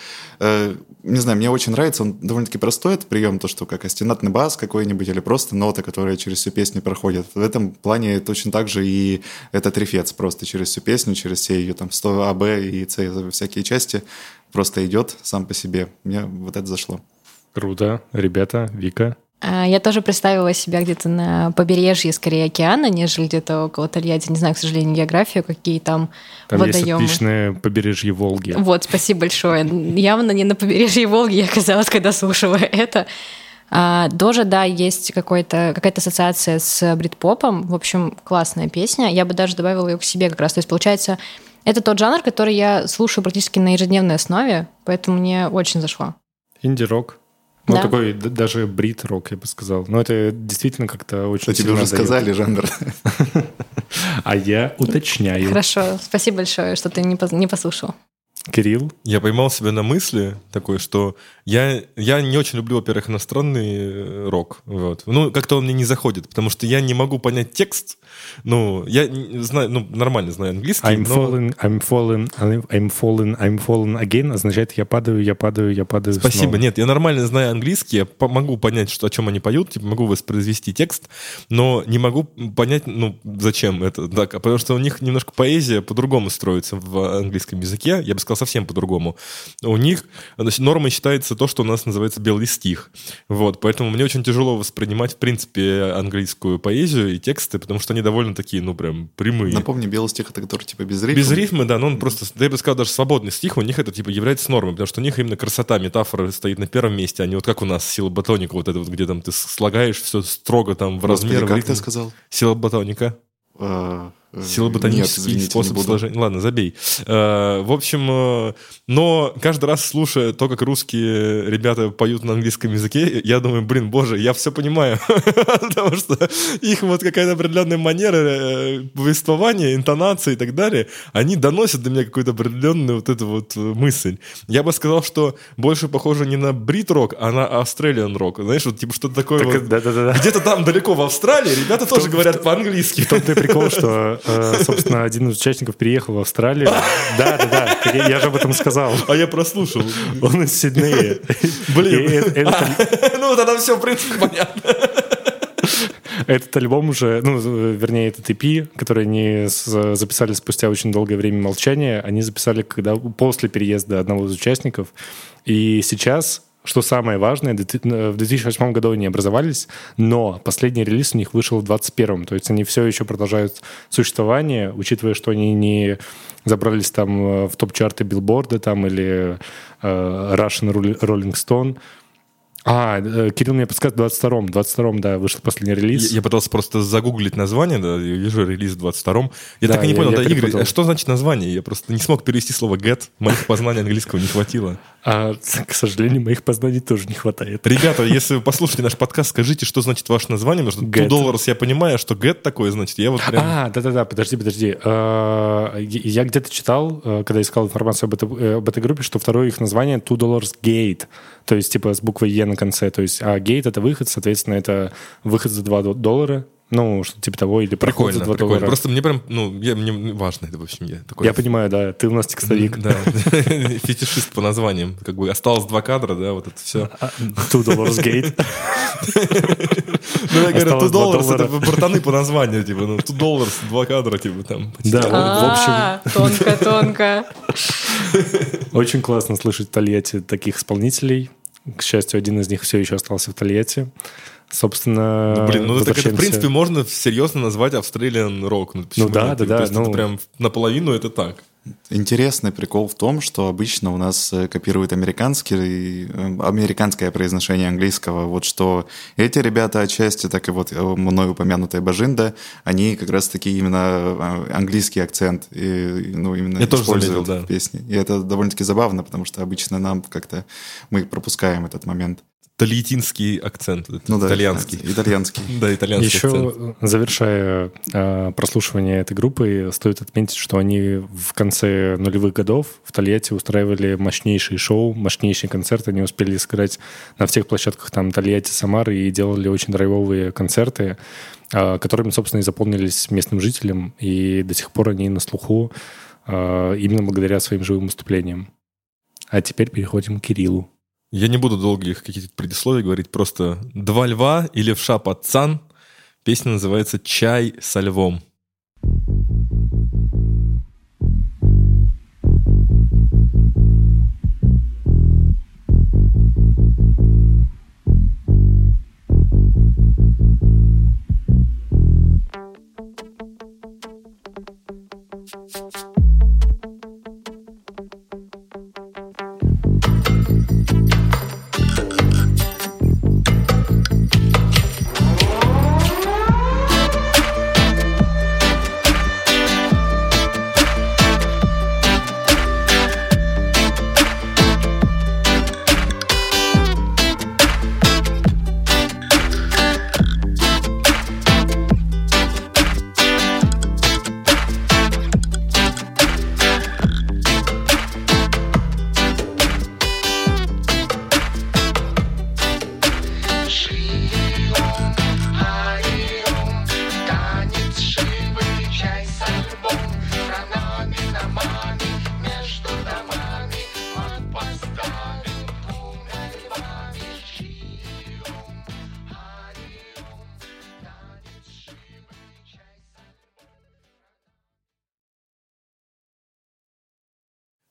не знаю, мне очень нравится, он довольно-таки простой, этот прием, то, что как остинатный бас какой-нибудь или просто нота, которая через всю песню проходит. В этом плане точно так же и этот рифец просто через всю песню, через все ее там 100 А, Б и С, всякие части просто идет сам по себе. Мне вот это зашло. Круто. Ребята, Вика? Я тоже представила себя где-то на побережье, скорее, океана, нежели где-то около Тольятти. Не знаю, к сожалению, географию, какие там водоемы. Есть отличное побережье Волги. Вот, спасибо большое. Явно не на побережье Волги я оказалась, когда слушала это. Тоже, да, есть какая-то ассоциация с брит-попом. В общем, классная песня. Я бы даже добавила ее к себе как раз. То есть, получается, это тот жанр, который я слушаю практически на ежедневной основе, поэтому мне очень зашло. Инди-рок. Ну, Да. такой даже брит-рок, я бы сказал. Но это действительно как-то очень Тебе уже сказали жанр. А я уточняю. Хорошо, спасибо большое, что ты не послушал. Кирилл? Я поймал себя на мысли такой, что я не очень люблю, во-первых, иностранный рок. Вот. Ну, как-то он мне не заходит, потому что я не могу понять текст. Ну, я знаю, нормально знаю английский, I'm falling again означает я падаю Спасибо. снова. Нет, я нормально знаю английский, я могу понять, о чем они поют, типа могу воспроизвести текст, но не могу понять, зачем это так. Потому что у них немножко поэзия по-другому строится в английском языке, я бы сказал, совсем по-другому. У них нормой считается то, что у нас называется белый стих. Вот, поэтому мне очень тяжело воспринимать, в принципе, английскую поэзию и тексты, потому что они довольно такие, прям прямые. Напомни, белый стих — это который, типа, без рифма? Без рифмы, да, но он просто, я бы сказал, даже свободный стих, у них это, типа, является нормой, потому что у них именно красота, метафора стоит на первом месте, а не вот как у нас сила ботоника, вот это вот, где там ты слагаешь все строго там в размер. Как ты сказал? Сила ботоника. Сила ботанический способ сложения. Ладно, забей. В общем, но каждый раз, слушая то, как русские ребята поют на английском языке, я думаю, боже, я все понимаю. Потому что их вот какая-то определенная манера повествования, интонации и так далее, они доносят до меня какую-то определенную вот эту вот мысль. Я бы сказал, что больше похоже не на брит-рок, а на австралиан-рок. Знаешь, вот типа что-то такое вот. Где-то там далеко в Австралии ребята тоже говорят по-английски. В том-то и прикол, что собственно, один из участников переехал в Австралию. Да, я же об этом сказал. А я прослушал. Он из Сиднея. Блин. Ну, тогда все, в принципе, понятно. Этот альбом уже, вернее, этот EP, который они записали спустя очень долгое время молчания, они записали после переезда одного из участников. И сейчас... Что самое важное, в 2008 году они образовались, но последний релиз у них вышел в 2021. То есть они все еще продолжают существование, учитывая, что они не забрались там в топ-чарты билборда там, или Russian Rolling Stone. Кирилл мне подсказывает, в 22-м, да, вышел последний релиз. Я пытался просто загуглить название, да, я вижу релиз в 22-м. Я так и не понял, Игорь, что значит название? Я просто не смог перевести слово get, моих познаний английского не хватило. К сожалению, моих познаний тоже не хватает. Ребята, если вы послушаете наш подкаст, скажите, что значит ваше название, потому что $2 я понимаю, что get такое значит, я вот прям... Да, подожди. Я где-то читал, когда искал информацию об этой группе, что второе их название $2 Gate, то есть типа с буквой Е на конце, то есть, гейт — это выход, соответственно, это выход за $2, что-то типа того, или проход за $2. Прикольно. Просто мне прям, мне важно это, в общем, я такой... Я понимаю, да, ты у нас текстовик. Да, фетишист по названиям, как бы осталось 2 кадра, да, вот это все. $2 Gate. Я говорю, $2 это братаны по названию, типа, $2, 2 кадра, типа, там. Да, в общем... Тонко. Очень классно слышать в Тольятти таких исполнителей. К счастью, один из них все еще остался в Тольятти. Собственно, так это, в принципе, можно серьезно назвать Australian Rock. Да. Это прям наполовину это так. Интересный прикол в том, что обычно у нас копируют американское произношение английского. Вот что эти ребята отчасти, так и вот мной упомянутая Бажинда, они как раз-таки именно английский акцент именно я используют тоже заметил, в песне. И это довольно-таки забавно, потому что обычно нам как-то мы пропускаем этот момент. Тольяттинский акцент, итальянский. Итальянский. Да, итальянский еще, акцент. Завершая прослушивание этой группы, стоит отметить, что они в конце нулевых годов в Тольятти устраивали мощнейшие шоу, мощнейшие концерты. Они успели сыграть на всех площадках там Тольятти, Самары и делали очень драйвовые концерты, которыми, собственно, и запомнились местным жителям. И до сих пор они на слуху именно благодаря своим живым выступлениям. А теперь переходим к Кириллу. Я не буду долгих каких-то предисловий говорить, просто «Два льва» и «Левша пацан». Песня называется «Чай со львом».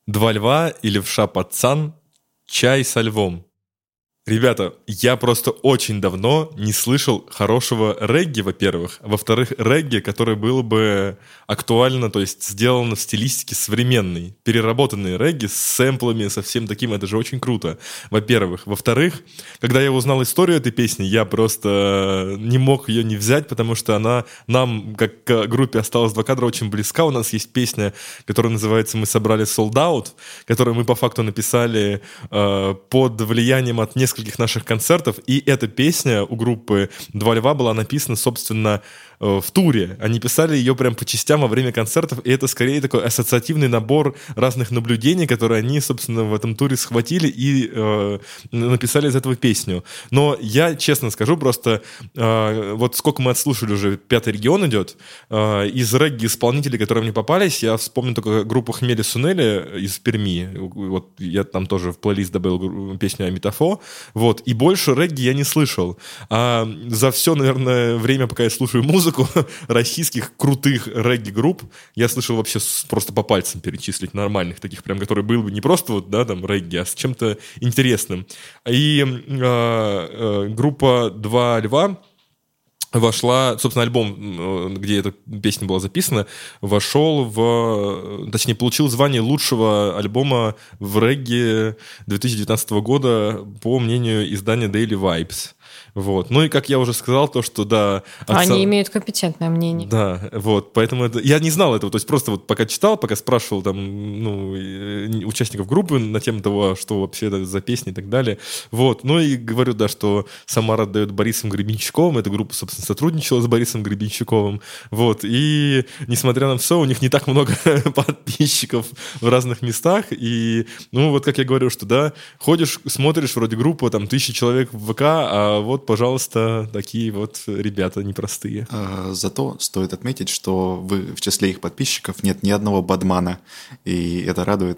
Два льва и левша пацан, чай со львом. Ребята, я просто очень давно не слышал хорошего регги, во-первых. Во-вторых, регги, которое было бы актуально, то есть сделано в стилистике современной. Переработанные регги с сэмплами, со всем таким, это же очень круто, во-первых. Во-вторых, когда я узнал историю этой песни, я просто не мог ее не взять, потому что она нам, как к группе «Осталось два кадра», очень близка. У нас есть песня, которая называется «Мы собрали Sold Out», которую мы по факту написали под влиянием от нескольких наших концертов, и эта песня у группы «Два льва» была написана, собственно, в туре. Они писали ее прям по частям во время концертов, и это скорее такой ассоциативный набор разных наблюдений, которые они, собственно, в этом туре схватили и написали из этого песню. Но я честно скажу, просто вот сколько мы отслушали уже, 5-й регион идет, из регги-исполнителей, которые мне попались, я вспомню только группу Хмели Сунели из Перми. Вот я там тоже в плейлист добавил песню «Амитофо». Вот. И больше регги я не слышал. А за все, наверное, время, пока я слушаю музыку, российских крутых регги-групп я слышал вообще просто по пальцам перечислить нормальных таких, прям, которые были бы не просто вот, да, там, регги, а с чем-то интересным. И группа «Два льва» вошла, собственно, альбом, где эта песня была записана, вошел точнее, получил звание лучшего альбома в регги 2019 года по мнению издания Daily Vibes. Вот. Ну и, как я уже сказал, то, что, да... Они имеют компетентное мнение. Да, вот, поэтому это... Я не знал этого, то есть просто вот пока читал, пока спрашивал там, ну, участников группы на тему того, что вообще это за песни и так далее. Вот, ну и говорю, да, что Самара отдает Борисом Гребенщиковым, эта группа, собственно, сотрудничала с Борисом Гребенщиковым, вот, и несмотря на все, у них не так много подписчиков в разных местах, и, ну, вот как я говорю, что, да, ходишь, смотришь, вроде группа, там, 1000 человек в ВК, а вот, пожалуйста, такие вот ребята непростые. Зато стоит отметить, что в числе их подписчиков нет ни одного бадмана, и это радует.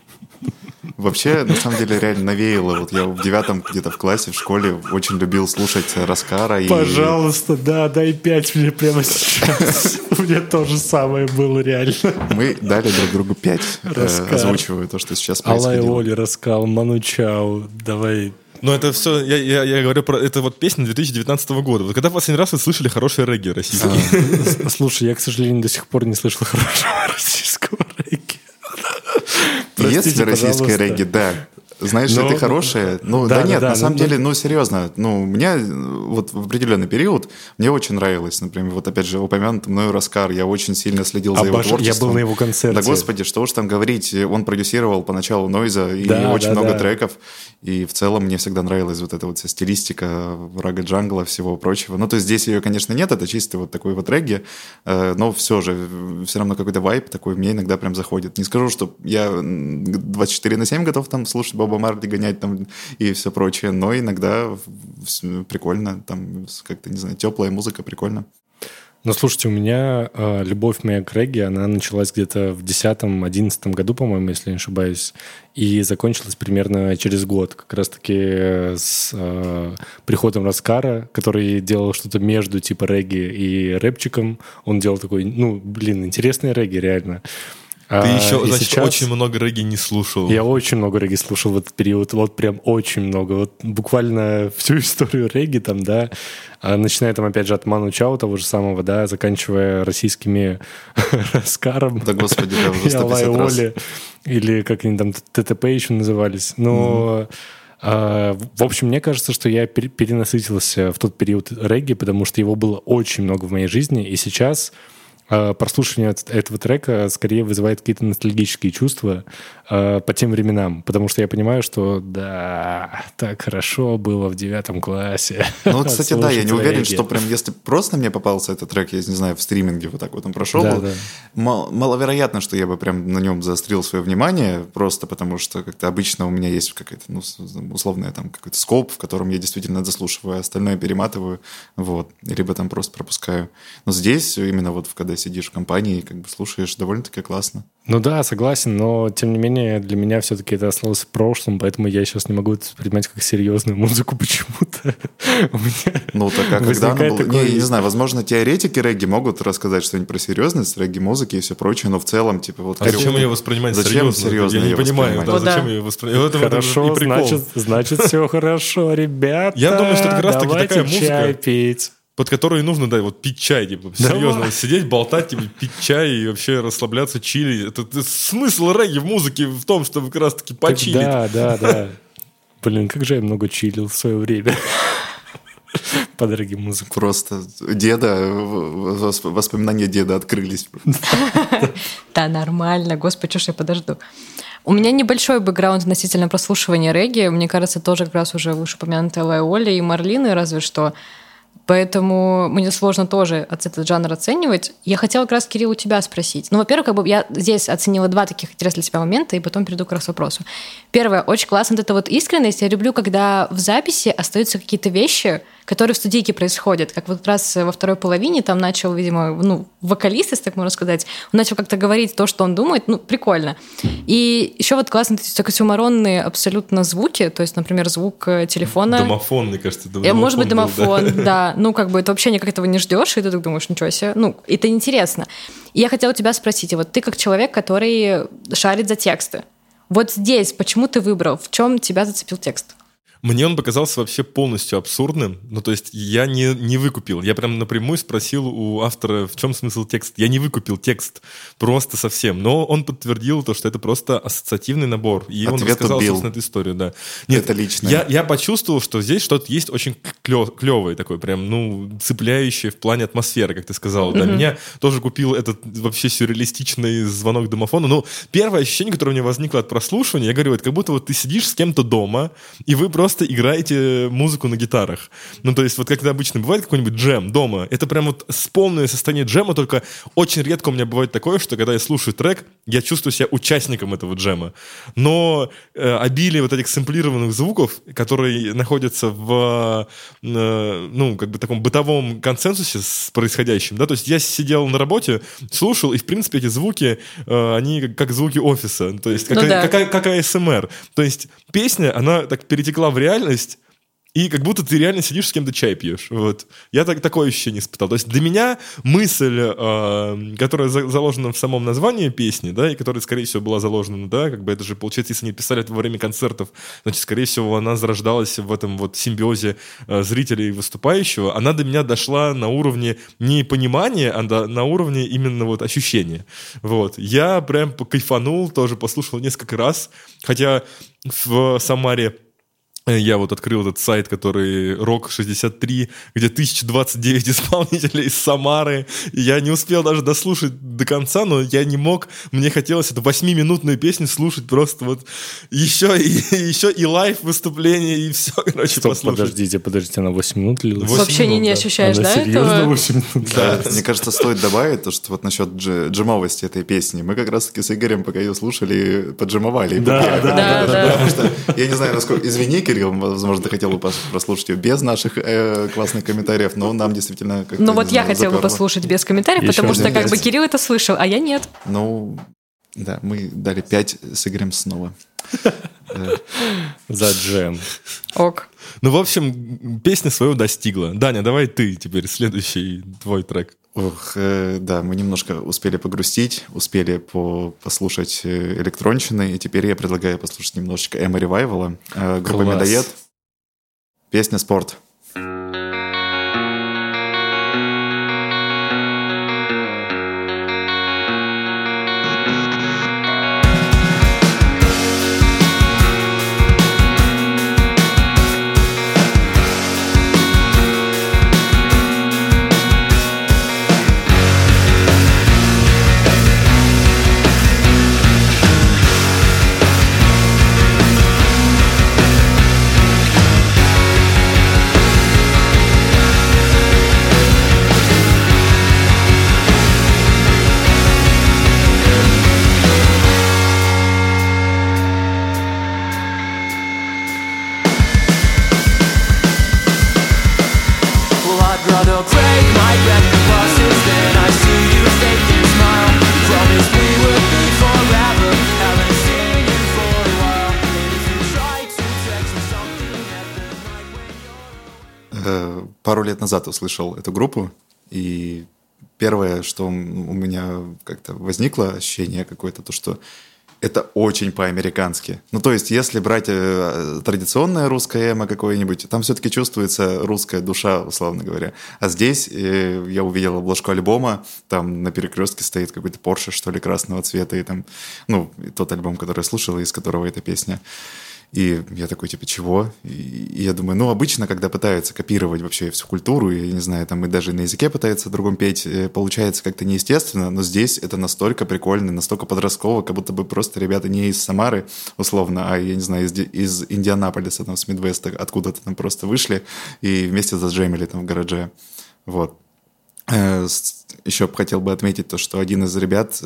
Вообще, на самом деле, реально навеяло. Вот я в 9 где-то в классе, в школе очень любил слушать Раскара. Пожалуйста, да, дай 5 мне прямо сейчас. У меня то же самое было реально. Мы дали друг другу 5, озвучивая то, что сейчас происходило. Алай Оли, Раскал, Ману Чао, давай... Но это все, я говорю про... Это вот песня 2019 года. Вот когда в последний раз вы слышали хорошие регги российские? Слушай, я, к сожалению, до сих пор не слышал хорошего российского регги. Есть ли российское регги? Да. Знаешь, это хорошее. Ну, да нет, на самом деле, ну, серьезно. Ну, у меня вот в определенный период мне очень нравилось, например, вот опять же упомянут мною Раскар. Я очень сильно следил за его творчеством. Я был на его концерте. Да, господи, что уж там говорить. Он продюсировал поначалу Нойза и очень много треков. И в целом мне всегда нравилась вот эта вот вся стилистика рага джангла, всего прочего. Ну, то есть здесь ее, конечно, нет, это чисто вот такой вот регги. Но все же, все равно какой-то вайб такой мне иногда прям заходит. Не скажу, что я 24/7 готов там слушать Боба Марли, гонять там и все прочее, но иногда прикольно, там как-то, не знаю, теплая музыка, прикольно. Ну, слушайте, у меня любовь моя к регги, она началась где-то в 10-11 году, по-моему, если не ошибаюсь, и закончилась примерно через год, как раз-таки с приходом Раскара, который делал что-то между типа регги и рэпчиком. Он делал такой, ну, блин, интересный регги, реально. Ты еще, значит, сейчас... очень много регги не слушал. Я очень много регги слушал в этот период, вот прям очень много. Вот буквально всю историю регги там, да, начиная там опять же от Ману Чао того же самого, да, заканчивая российскими Раскаром. Да, господи, да, уже 150 раз. Оли, или как они там, ТТП еще назывались. Но... В общем, мне кажется, что я перенасытился в тот период регги, потому что его было очень много в моей жизни, и сейчас... прослушивание этого трека скорее вызывает какие-то ностальгические чувства по тем временам, потому что я понимаю, что да, так хорошо было в 9 классе. Ну, кстати, да, я не уверен, что прям если просто мне попался этот трек, я не знаю, в стриминге вот так вот он прошел, да, да. Маловероятно, что я бы прям на нем заострил свое внимание, просто потому что как-то обычно у меня есть какая-то, ну, условная там какой-то скоп, в котором я действительно дослушиваю, а остальное перематываю, вот, либо там просто пропускаю. Но здесь именно вот когда сидишь в компании и как бы слушаешь, довольно-таки классно. Ну да, согласен, но тем не менее для меня все-таки это осталось в прошлом, поэтому я сейчас не могу это воспринимать как серьезную музыку почему-то. У меня Ну, так а когда она возникает была... такое- Не знаю, возможно, теоретики регги могут рассказать что-нибудь про серьезность регги-музыки и все прочее, но в целом, типа, вот... А зачем ее воспринимать Зачем серьезно? серьезно Я не её понимаю, да, воспринимать? Ну да. зачем ее воспринимать? Хорошо, значит все хорошо, ребята. Я думаю, что это как раз-таки давайте такая музыка. чай пить. под которой нужно, да, вот пить чай, типа, серьезно, вот сидеть, болтать, типа, пить чай и вообще расслабляться, чили. Это смысл регги в музыке в том, чтобы как раз-таки почилить. Да. Блин, как же я много чилил в свое время. Под регги-музыку. Просто воспоминания деда открылись. Да, нормально. Господи, что ж я подожду. У меня небольшой бэкграунд относительно прослушивания регги. Мне кажется, тоже как раз уже вышеупомянутые Лайоли и Марлины, разве что. Поэтому мне сложно тоже этот жанр оценивать. Я хотела как раз, Кирилл, у тебя спросить. Ну, во-первых, как бы я здесь оценила два таких интересных для себя момента, и потом перейду как раз к вопросу. Первое, очень классно вот эта вот искренность. Я люблю, когда в записи остаются какие-то вещи, которые в студийке происходят. Как вот как раз во второй половине там начал, видимо, вокалист, если так можно сказать, он начал как-то говорить то, что он думает. Ну, прикольно. И еще вот классно эти оксюморонные абсолютно звуки, то есть, например, звук телефона. Домофон, мне кажется. Может быть, домофон, да. Ну, как бы это вообще никак этого не ждешь, и ты так думаешь, ничего себе. Ну, это интересно. И я хотела тебя спросить, вот ты как человек, который шарит за тексты, вот здесь почему ты выбрал, в чем тебя зацепил текст? Мне он показался вообще полностью абсурдным. Ну, то есть я не выкупил. Я прям напрямую спросил у автора, в чем смысл текста. Я не выкупил текст просто совсем. Но он подтвердил то, что это просто ассоциативный набор. И он рассказал, собственно, эту историю. Да. Нет, это лично. Я почувствовал, что здесь что-то есть очень клевое такое, прям, цепляющее в плане атмосферы, как ты сказал. Да. Меня тоже купил этот вообще сюрреалистичный звонок домофона. Но первое ощущение, которое у меня возникло от прослушивания, я говорю, это как будто вот ты сидишь с кем-то дома, и вы просто играете музыку на гитарах. Ну, то есть, вот как это обычно бывает, какой-нибудь джем дома, это прям вот полное состояние джема, только очень редко у меня бывает такое, что когда я слушаю трек, я чувствую себя участником этого джема. Но обилие вот этих сэмплированных звуков, которые находятся в, таком бытовом консенсусе с происходящим, да, то есть я сидел на работе, слушал, и, в принципе, эти звуки, они как звуки офиса, то есть как АСМР. То есть песня, она так перетекла в реальность, и как будто ты реально сидишь с кем-то чай пьешь. Вот. Я такое ощущение испытал. То есть для меня мысль, которая заложена в самом названии песни, да, и которая, скорее всего, была заложена, да, как бы это же, получается, если они писали это во время концертов, значит, скорее всего, она зарождалась в этом вот симбиозе зрителя и выступающего, она до меня дошла на уровне не понимания, а на уровне именно вот ощущения. Вот. Я прям кайфанул, тоже послушал несколько раз, хотя в Самаре я вот открыл этот сайт, который Rock63, где 1029 исполнителей из Самары. И я не успел даже дослушать до конца, но я не мог. Мне хотелось эту 8-минутную песню слушать просто вот еще и лайв-выступление, и все, короче, Стоп, послушать. подождите, она 8 минут или... Вообще не ощущаешь, она да, серьезно этого? 8 минут? Да, мне кажется, стоит добавить то, что вот насчет джемовости этой песни. Мы как раз-таки с Игорем, пока ее слушали, поджимовали. Да. Потому что, я не знаю, насколько... Извини, Кирилл, возможно, ты хотел бы прослушать ее без наших классных комментариев, но нам действительно как-то... Ну вот я хотела бы послушать без комментариев, Еще потому что один как бы есть. Кирилл это слышал, а я нет. Ну, да, мы дали 5 с Игорем снова. За джем. Ок. Ну, в общем, песня своего достигла. Даня, давай ты теперь следующий твой трек. Да, мы немножко успели погрустить, успели послушать электронщины, и теперь я предлагаю послушать немножечко Эмо Ревайвала, группа Класс. Медоед, песня «Спорт». rather break my breath because instead I see you fake and smile. Promise we would be forever, haven't seen you for a while. And if you try to text me something at the night when you're... Пару лет назад услышал эту группу, и первое, что у меня как-то возникло ощущение какое-то, то, что это очень по-американски. Ну, то есть, если брать традиционное русское эмо какое-нибудь, там все-таки чувствуется русская душа, условно говоря. А здесь я увидел обложку альбома, там на перекрестке стоит какой-то Порше, что ли, красного цвета, и там, ну, и тот альбом, который я слушал, из которого эта песня. И я такой, типа, чего? И я думаю, ну, обычно, когда пытаются копировать вообще всю культуру, я не знаю, там и даже на языке пытаются другом петь, получается как-то неестественно, но здесь это настолько прикольно, настолько подростково, как будто бы просто ребята не из Самары, условно, а, я не знаю, из Индианаполиса, там, с Мидвеста, откуда-то там просто вышли и вместе заджемили там в гараже. Вот. Еще хотел бы отметить то, что один из ребят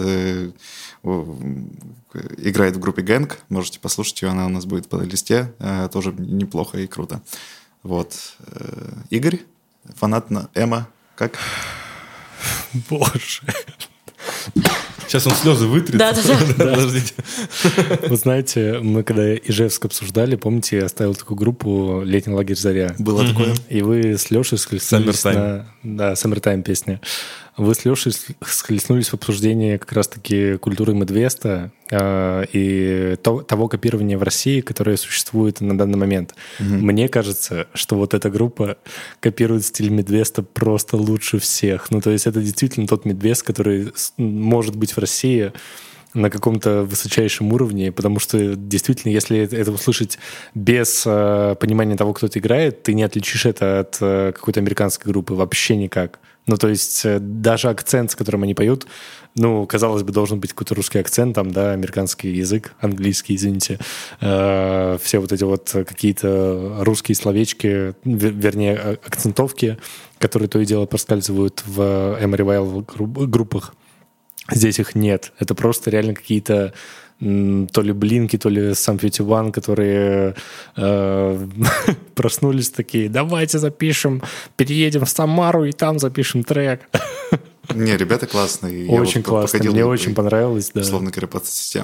играет в группе Гэнг. Можете послушать ее, она у нас будет по листе. Тоже неплохо и круто. Вот. Игорь, фанат эмо. Как? Боже. Сейчас он слезы вытрет. Да-да-да. Подождите. Вы знаете, мы когда Ижевск обсуждали, помните, я оставил такую группу «Летний лагерь «Заря». Было такое. И вы с Лешей схлестнулись Summertime. Да, «Summertime» песня. Вы с Лешей схлестнулись в обсуждении как раз-таки культуры Мидвеста и того копирования в России, которое существует на данный момент. Мне кажется, что вот эта группа копирует стиль Мидвеста просто лучше всех. Ну, то есть это действительно тот Мидвест, который может быть в России на каком-то высочайшем уровне, потому что действительно, если это услышать без понимания того, кто это играет, ты не отличишь это от какой-то американской группы вообще никак. Ну, то есть даже акцент, с которым они поют, ну, казалось бы, должен быть какой-то русский акцент, там, да, американский язык, английский, извините, все вот эти вот какие-то русские словечки, вернее, акцентовки, которые то и дело проскальзывают в эмо-ревайвал группах. Здесь их нет. Это просто реально какие-то то ли Блинки, то ли Sum 41, которые проснулись такие, давайте запишем, переедем в Самару и там запишем трек. Не, ребята классные. Очень классно, мне очень понравилось. Да. Условно говоря,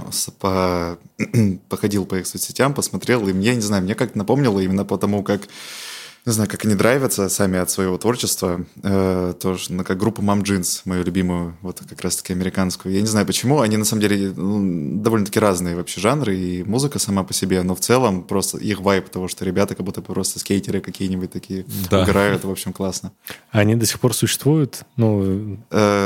походил по их соцсетям, посмотрел, и мне, не знаю, мне как-то напомнило именно потому, как не знаю, как они драйвятся сами от своего творчества. Тоже, как группа Mom Jeans, мою любимую, вот как раз-таки американскую. Я не знаю почему, они на самом деле довольно-таки разные вообще жанры, и музыка сама по себе, но в целом просто их вайб того, что ребята как будто просто скейтеры какие-нибудь такие играют, в общем, классно. Они до сих пор существуют? Ну...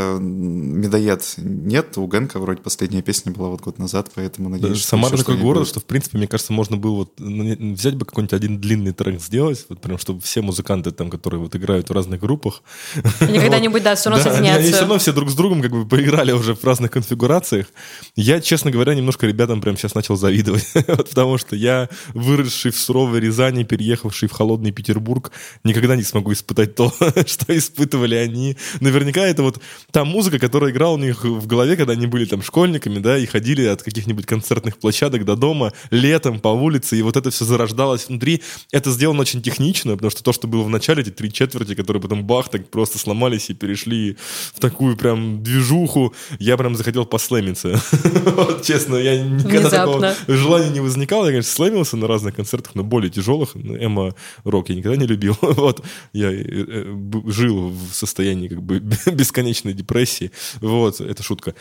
Медоед нет, у Гэнка вроде последняя песня была вот год назад, поэтому надеюсь, что Самара такой город, что, в принципе, мне кажется, можно было вот взять бы какой-нибудь один длинный трек сделать, вот прям, чтобы все музыканты там, которые вот играют в разных группах... Они когда-нибудь, да, все равно соединятся. Они все равно все друг с другом как бы поиграли уже в разных конфигурациях. Я, честно говоря, немножко ребятам прям сейчас начал завидовать, потому что я, выросший в суровой Рязани, переехавший в холодный Петербург, никогда не смогу испытать то, что испытывали они. Наверняка это вот та музыка, которая играла у них в голове, когда они были там школьниками, да, и ходили от каких-нибудь концертных площадок до дома летом по улице, и вот это все зарождалось внутри. Это сделано очень технично, потому что то, что было в начале, эти 3/4, которые потом бах, так просто сломались и перешли в такую прям движуху, я прям захотел послэмиться. Вот, честно, я никогда такого желания не возникало. Я, конечно, слэмился на разных концертах, но более тяжелых. Эмо-рок я никогда не любил. Вот. Я жил в состоянии как бы бесконечной депрессии. Вот, это шутка.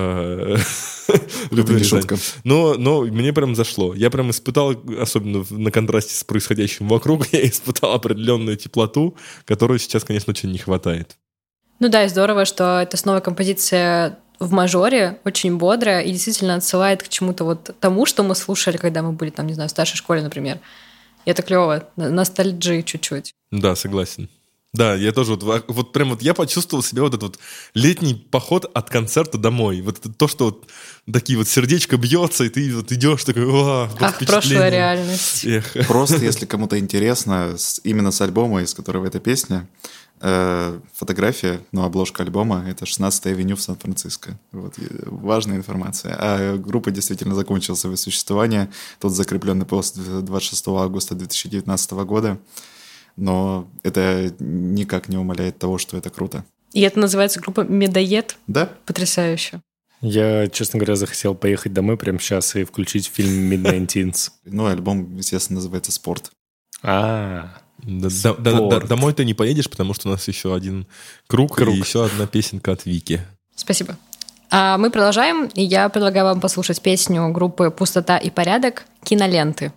Люблю не шутка. Но мне прям зашло. Я прям испытал, особенно на контрасте с происходящим вокруг, я испытал определенную теплоту, которой сейчас, конечно, очень не хватает. Ну да, и здорово, что это снова композиция в мажоре, очень бодрая, и действительно отсылает к чему-то вот тому, что мы слушали, когда мы были там, не знаю, в старшей школе, например. И это клево, ностальджи чуть-чуть. Да, согласен. Да, я тоже вот прям вот я почувствовал себя вот этот вот летний поход от концерта домой. Вот это то, что вот такие вот сердечко бьется, и ты вот идешь такой, ах, прошлая реальность. Эх. Просто, если кому-то интересно, именно с альбома, из которого эта песня, фотография, обложка альбома — это 16-я авеню в Сан-Франциско. Вот, важная информация. А группа действительно закончила свое существование. Тут закрепленный пост 26 августа 2019 года. но это никак не умаляет того, что это круто. И это называется группа «Медоед». Да? Потрясающе. Я, честно говоря, захотел поехать домой прямо сейчас и включить фильм Midnight Teens. Ну, альбом, естественно, называется «Спорт». Домой ты не поедешь, потому что у нас еще один круг. И еще одна песенка от Вики. Спасибо. А мы продолжаем, и я предлагаю вам послушать песню группы «Пустота и порядок» «Киноленты».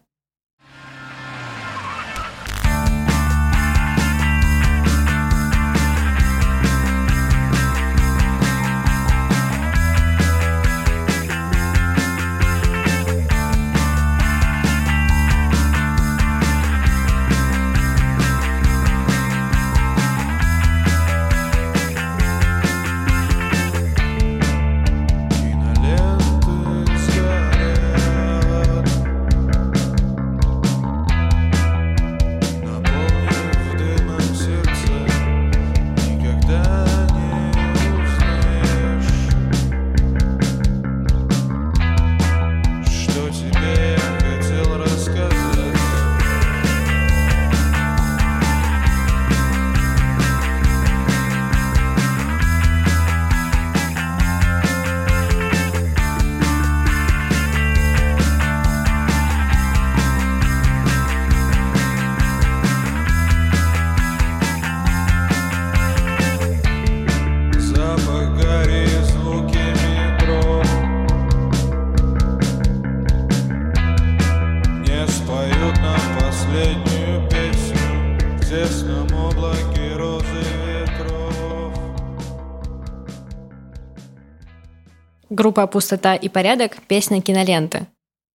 Группа «Пустота и порядок», песня «Киноленты».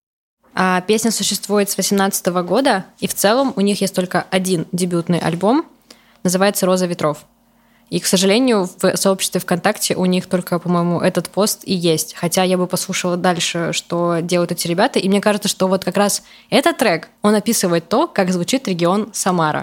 А песня существует с 2018 года, и в целом у них есть только один дебютный альбом, называется «Роза ветров». И, к сожалению, в сообществе ВКонтакте у них только, по-моему, этот пост и есть. Хотя я бы послушала дальше, что делают эти ребята, и мне кажется, что вот как раз этот трек, он описывает то, как звучит регион Самара.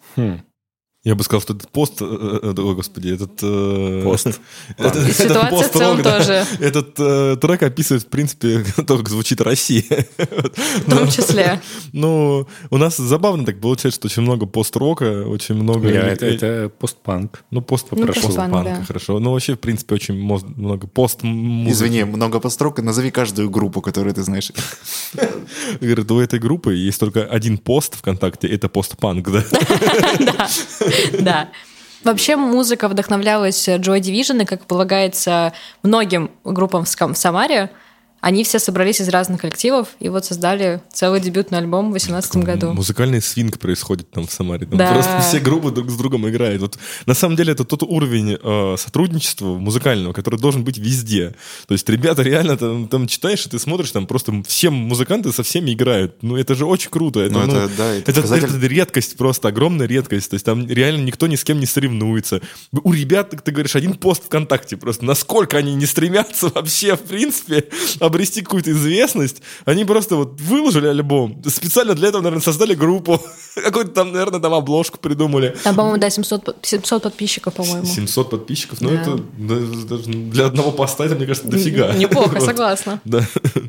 Я бы сказал, что этот пост... Ой, господи, этот... Пост. Ситуация в целом тоже. Этот трек описывает, в принципе, то, как звучит Россия. В том числе. Ну, у нас забавно так получается, что очень много пост-рока, очень много... Это постпанк. Ну, постпанк, хорошо. Ну, вообще, в принципе, очень много пост-музыки. Извини, много пост-рока. Назови каждую группу, которую ты знаешь. Говорит, у этой группы есть только один пост ВКонтакте, это постпанк, да? Да. Да. Вообще музыка вдохновлялась Joy Division, и, как полагается многим группам в Самаре, они все собрались из разных коллективов и вот создали целый дебютный альбом в 2018 году. Музыкальный свинг происходит там в Самаре. Там да. Просто все группы друг с другом играют. Вот, на самом деле это тот уровень сотрудничества музыкального, который должен быть везде. То есть ребята реально там читаешь, и ты смотришь, там просто все музыканты со всеми играют. Ну это же очень круто. Это редкость просто, огромная редкость. То есть там реально никто ни с кем не соревнуется. У ребят, ты говоришь, один пост ВКонтакте просто. Насколько они не стремятся вообще, в принципе, обрести какую-то известность, они просто вот выложили альбом, специально для этого, наверное, создали группу, какую-то там, наверное, там обложку придумали. Там, по-моему, да, 700 подписчиков, по-моему. 700 подписчиков? Ну, это даже для одного поста, это, мне кажется, дофига. Неплохо, согласна. Да.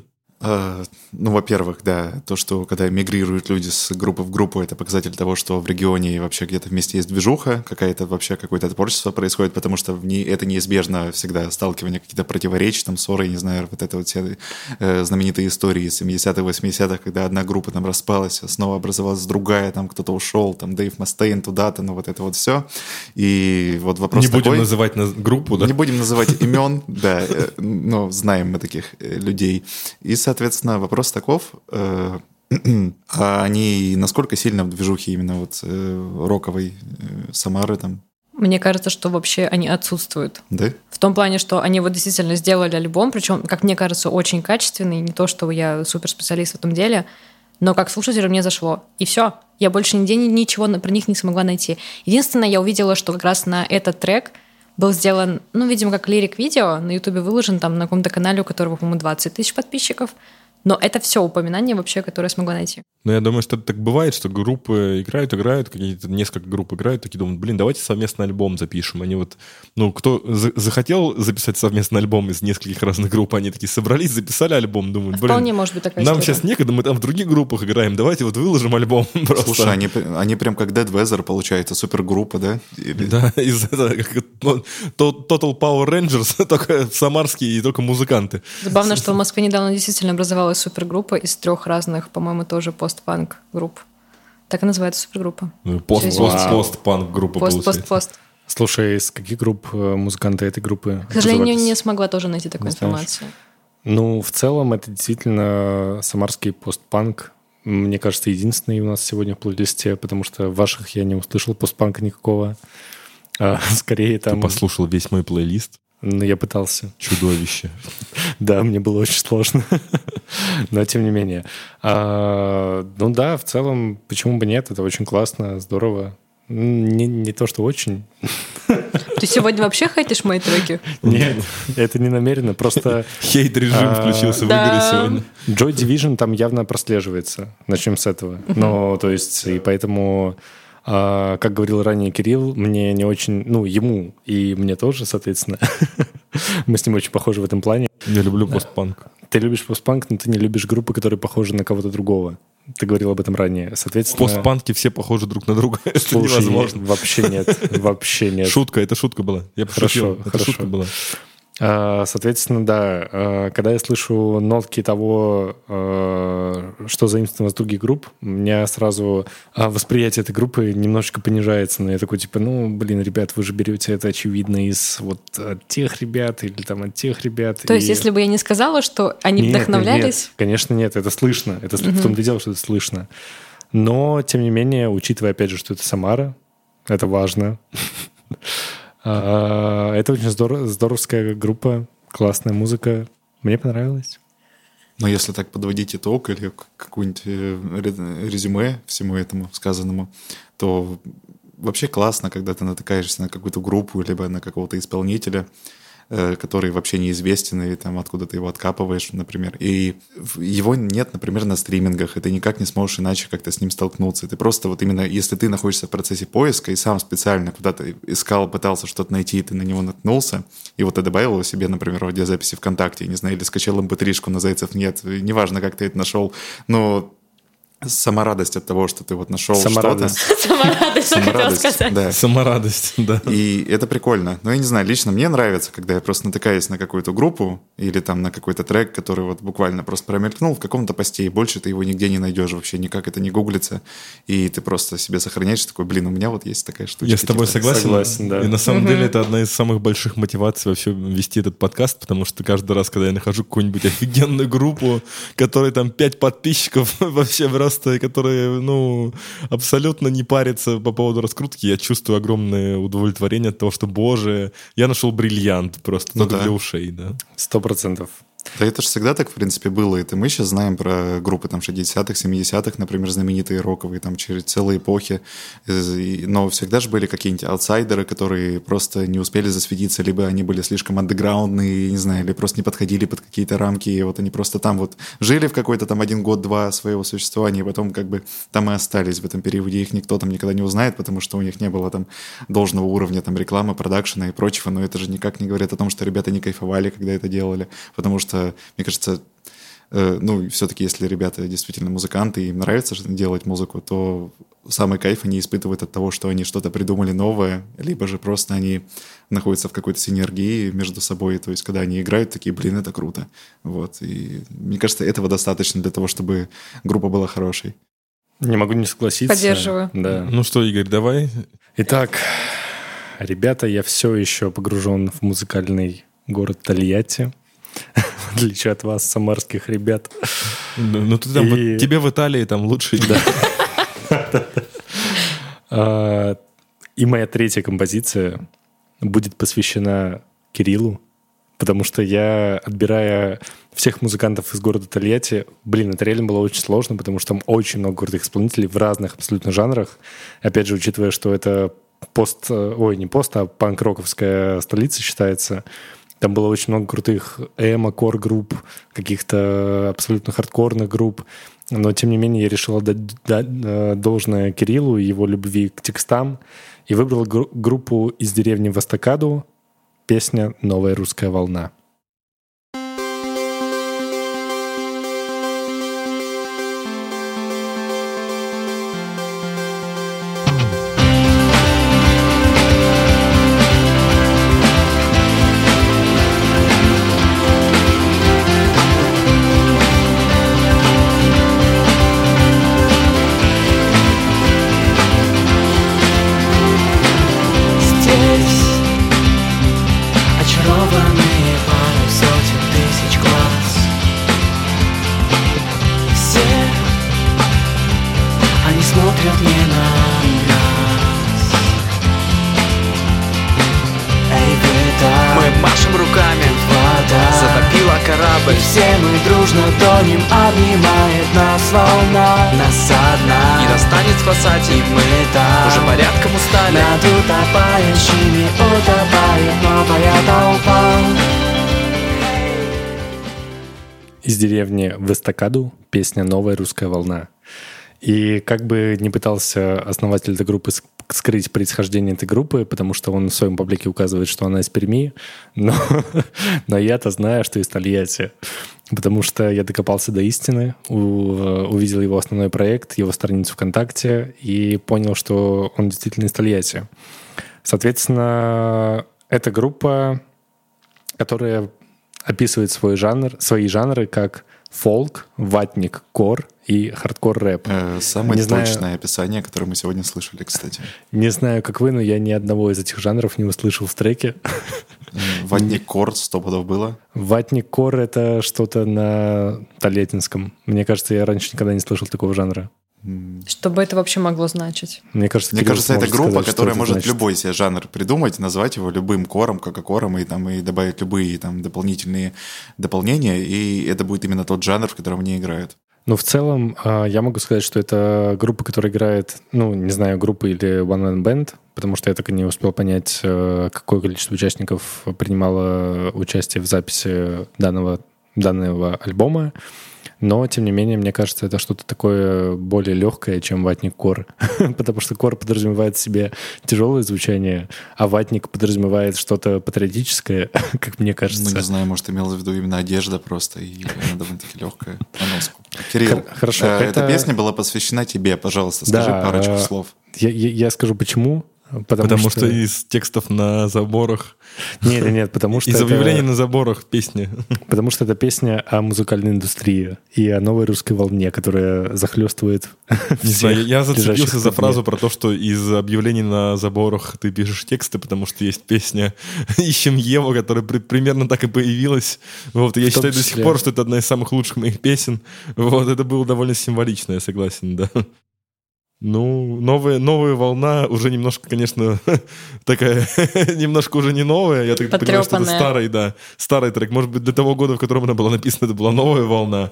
Ну, во-первых, да, то, что когда мигрируют люди с группы в группу, это показатель того, что в регионе вообще где-то вместе есть движуха, какое-то творчество происходит, потому что это неизбежно всегда сталкивание, какие-то противоречия, там, ссоры, не знаю, вот это вот все знаменитые истории 70-х, 80-х, когда одна группа там распалась, снова образовалась другая, там кто-то ушел, там Дэйв Мастейн туда-то, ну вот это вот все. И вот вопрос такой... Не будем называть группу, да? Не будем называть имен, да, но знаем мы таких людей. И, соответственно, вопрос таков, а они насколько сильно в движухе именно вот роковой Самары там? Мне кажется, что вообще они отсутствуют. Да? В том плане, что они вот действительно сделали альбом, причем, как мне кажется, очень качественный, не то, что я суперспециалист в этом деле, но как слушателю мне зашло. И все. Я больше нигде ничего про них не смогла найти. Единственное, я увидела, что как раз на этот трек был сделан, ну, видимо, как лирик-видео, на Ютубе выложен, там, на каком-то канале, у которого, по-моему, 20 тысяч подписчиков. Но это все упоминания вообще, которые я смогла найти. Но я думаю, что это так бывает, что группы играют, какие-то несколько групп играют, такие думают, блин, давайте совместный альбом запишем. Они вот, кто захотел записать совместный альбом из нескольких разных групп, они такие собрались, записали альбом, думают, блин, Вполне может быть такая нам история. сейчас некогда, мы там в других группах играем, давайте вот выложим альбом просто. Слушай, они прям как Dead Weather, получается, супергруппа, да? Да, из этого как Total Power Rangers, только самарские и только музыканты. Забавно, что в Москве недавно действительно образовалась супергруппа из 3 разных, по-моему, тоже постпанк групп. Так и называется супергруппа. Пост-панк группа получается. Пост. Слушай, из каких групп музыканты этой группы? К сожалению, образовались? не смогла тоже найти такую Не знаешь? информацию. Ну, в целом, это действительно самарский постпанк. Мне кажется, единственный у нас сегодня в плейлисте, потому что в ваших я не услышал постпанка никакого. Скорее Ты там... послушал весь мой плейлист? Ну, я пытался. Чудовище. Да, мне было очень сложно. Но тем не менее. Ну да, в целом, почему бы нет? Это очень классно, здорово. Не то, что очень. Ты сегодня вообще хейтишь мои треки? Нет, это не намеренно. Просто Хейт-режим включился в игре сегодня. Joy Division там явно прослеживается. Начнем с этого. Ну, то есть, и поэтому... как говорил ранее Кирилл, мне не очень... Ну, ему и мне тоже, соответственно. Мы с ним очень похожи в этом плане. Я люблю постпанк. Ты любишь постпанк, но ты не любишь группы, которые похожи на кого-то другого. Ты говорил об этом ранее. В Соответственно... постпанке все похожи друг на друга. Это Слушай, невозможно. вообще нет. Вообще нет. Шутка, это шутка была. Я пошутил. Это хорошо. шутка была. Соответственно, да, когда я слышу нотки того, что заимствовано с других групп, у меня сразу восприятие этой группы немножечко понижается. Но я такой, типа, ребят, вы же берете это, очевидно, из вот от тех ребят или там от тех ребят. То есть, если бы я не сказала, что они вдохновлялись... Нет, конечно, нет, это слышно. Это в том-то и дело, что это слышно. Но, тем не менее, учитывая, опять же, что это Самара, это важно. Это очень здоровская группа, классная музыка. Мне понравилось. Но если так подводить итог или какое-нибудь резюме всему этому сказанному, то вообще классно, когда ты натыкаешься на какую-то группу либо на какого-то исполнителя, который вообще неизвестен, и там откуда ты его откапываешь, например. И его нет, например, на стримингах, и ты никак не сможешь иначе как-то с ним столкнуться. Ты просто вот именно, если ты находишься в процессе поиска и сам специально куда-то искал, пытался что-то найти, и ты на него наткнулся, и вот ты добавил его себе, например, в аудиозаписи ВКонтакте, не знаю, или скачал mp3-шку на «Зайцев нет», неважно, как ты это нашел, но сама радость от того, что ты вот нашел что-то. Саморадость, что хотела сказать. Да. Саморадость, да. И это прикольно. Но я не знаю, лично мне нравится, когда я просто натыкаюсь на какую-то группу или там на какой-то трек, который вот буквально просто промелькнул в каком-то посте, и больше ты его нигде не найдешь вообще, никак это не гуглится, и ты просто себе сохраняешь такой, блин, у меня вот есть такая штучка. Я с тобой типа. согласен. да. И на самом деле это одна из самых больших мотиваций вообще вести этот подкаст, потому что каждый раз, когда я нахожу какую-нибудь офигенную группу, которой там 5 подписчиков вообще просто, которые, абсолютно не парятся по поводу раскрутки, я чувствую огромное удовлетворение от того, что, боже, я нашел бриллиант просто только для ушей, да. 100%. Да это же всегда так, в принципе, было. Это мы сейчас знаем про группы там 60-х, 70-х, например, знаменитые роковые, там через целые эпохи. Но всегда же были какие-нибудь аутсайдеры, которые просто не успели засветиться, либо они были слишком андеграундные, не знаю, или просто не подходили под какие-то рамки, и вот они просто там вот жили в какой-то там 1 год, 2 своего существования, и потом как бы там и остались в этом периоде. Их никто там никогда не узнает, потому что у них не было там должного уровня там рекламы, продакшена и прочего, но это же никак не говорит о том, что ребята не кайфовали, когда это делали, потому что мне кажется, все-таки, если ребята действительно музыканты, и им нравится делать музыку, то самый кайф они испытывают от того, что они что-то придумали новое, либо же просто они находятся в какой-то синергии между собой, то есть когда они играют, такие, блин, это круто. Вот. И мне кажется, этого достаточно для того, чтобы группа была хорошей. Не могу не согласиться. Поддерживаю. Да. Ну что, Игорь, давай. Итак, ребята, я все еще погружен в музыкальный город Тольятти. В отличие от вас, самарских ребят. Ну ты там, тебе в Италии там лучше. И моя 3-я композиция будет посвящена Кириллу, потому что я, отбирая всех музыкантов из города Тольятти, это реально было очень сложно, потому что там очень много крутых исполнителей в разных абсолютно жанрах. Опять же, учитывая, что это панк-роковская столица считается, Там было очень много крутых эмо-кор-групп, каких-то абсолютно хардкорных групп. Но, тем не менее, я решил отдать должное Кириллу и его любви к текстам и выбрал группу из деревни Востокаду, песня «Новая русская волна». Все мы дружно тонем, обнимает нас волна. Нас одна не достанет спасать, и мы там уже порядком устали. Над утопающими утопает новая толпа. Из деревни Востокаду песня «Новая русская волна». И как бы не пытался основатель этой группы скрыть происхождение этой группы, потому что он в своем паблике указывает, что она из Перми, но я-то знаю, что из Тольятти, потому что я докопался до истины, увидел его основной проект, его страницу ВКонтакте и понял, что он действительно из Тольятти. Соответственно, это группа, которая описывает свои жанры как фолк, ватник, кор и хардкор-рэп. Самое точное описание, которое мы сегодня слышали, кстати. Не знаю, как вы, но я ни одного из этих жанров не услышал в треке. Ватник-кор 100% было. Ватник-кор — это что-то на тольяттинском. Мне кажется, я раньше никогда не слышал такого жанра. Что бы это вообще могло значить? Мне кажется, это группа, сказать, которая это может значит. Любой себе жанр придумать, назвать его любым кором, как-кором, и добавить любые там дополнительные дополнения, и это будет именно тот жанр, в котором они играют. Ну, в целом, я могу сказать, что это группа, которая играет, не знаю, группа или one-man band, потому что я так и не успел понять, какое количество участников принимало участие в записи данного альбома. Но, тем не менее, мне кажется, это что-то такое более легкое, чем ватник-кор. Потому что кор подразумевает в себе тяжелое звучание, а ватник подразумевает что-то патриотическое, как мне кажется. Не знаю, может, имелось в виду именно одежда просто, и она довольно-таки легкая на носку. Кирилл, хорошо, эта песня была посвящена тебе, пожалуйста, скажи парочку слов. Я скажу, почему. Потому что из текстов на заборах. Нет, потому что из объявлений на заборах песни. Потому что это песня о музыкальной индустрии и о новой русской волне, которая захлестывает Не знаю, я зацепился за фразу мне. про то, что из объявлений на заборах ты пишешь тексты, потому что есть песня «Ищем Еву», которая примерно так и появилась. Вот, и я считаю до сих пор, что это одна из самых лучших моих песен. Вот, это было довольно символично, я согласен, да. Ну, новая волна уже немножко, конечно, такая, немножко уже не новая. Я так понимаю, что это старый трек. Может быть, для того года, в котором она была написана, это была новая волна.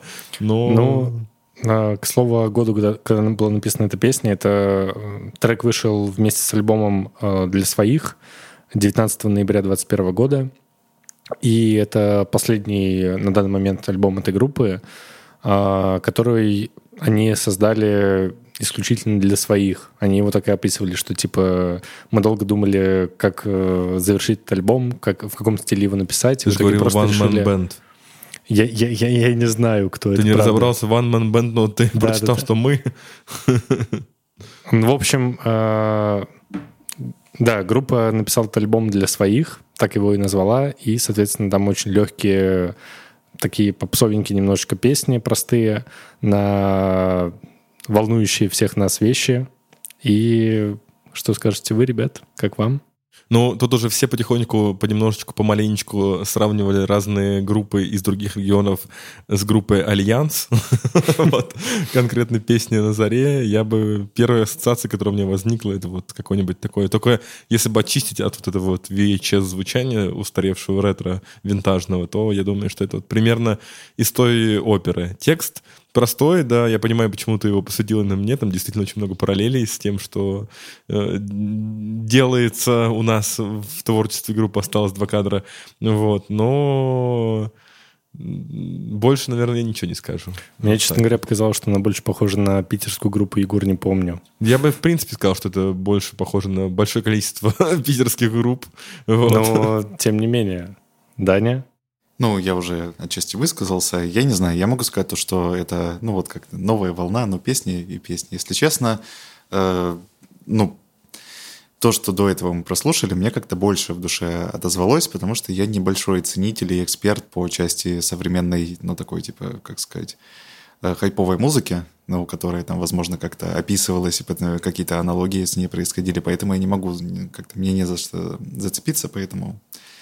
К слову, о году, когда была написана эта песня, это трек вышел вместе с альбомом «Для своих» 19 ноября 2021 года. И это последний на данный момент альбом этой группы, который они создали исключительно для своих. Они его так и описывали, что типа мы долго думали, как завершить этот альбом, в каком стиле его написать. Ты же говорил One Man Band. Я не знаю, кто это. Ты не разобрался в One Man Band, но ты прочитал, что мы. В общем, да, группа написала этот альбом для своих, так его и назвала, и, соответственно, там очень легкие, такие попсовенькие немножечко песни, простые, на волнующие всех нас вещи. И что скажете вы, ребят? Как вам? Ну, тут уже все потихоньку, понемножечку, помаленечку сравнивали разные группы из других регионов с группой «Альянс». Вот, конкретно песни «На заре». Первая ассоциация, которая у меня возникла, это вот какое-нибудь такое. Только если бы очистить от вот этого вот VHS-звучания, устаревшего ретро-винтажного, то я думаю, что это вот примерно из той оперы. Текст простой, да, я понимаю, почему ты его посвятил именно мне, там действительно очень много параллелей с тем, что делается у нас в творчестве группы «Осталось 2 кадра», вот, но больше, наверное, я ничего не скажу. Мне, честно говоря, показалось, что она больше похожа на питерскую группу «Егор, не помню». Я бы, в принципе, сказал, что это больше похоже на большое количество питерских групп. Вот. Но, тем не менее, Даня? Ну, я уже отчасти высказался. Я не знаю, я могу сказать то, что это, ну, вот как-то новая волна, но песни и песни. Если честно, ну, то, что до этого мы прослушали, мне как-то больше в душе отозвалось, потому что я небольшой ценитель и эксперт по части современной, ну, такой, типа, как сказать, хайповой музыки, ну, которая там, возможно, как-то описывалась, и какие-то аналогии с ней происходили, поэтому я не могу, как-то мне не за что зацепиться, поэтому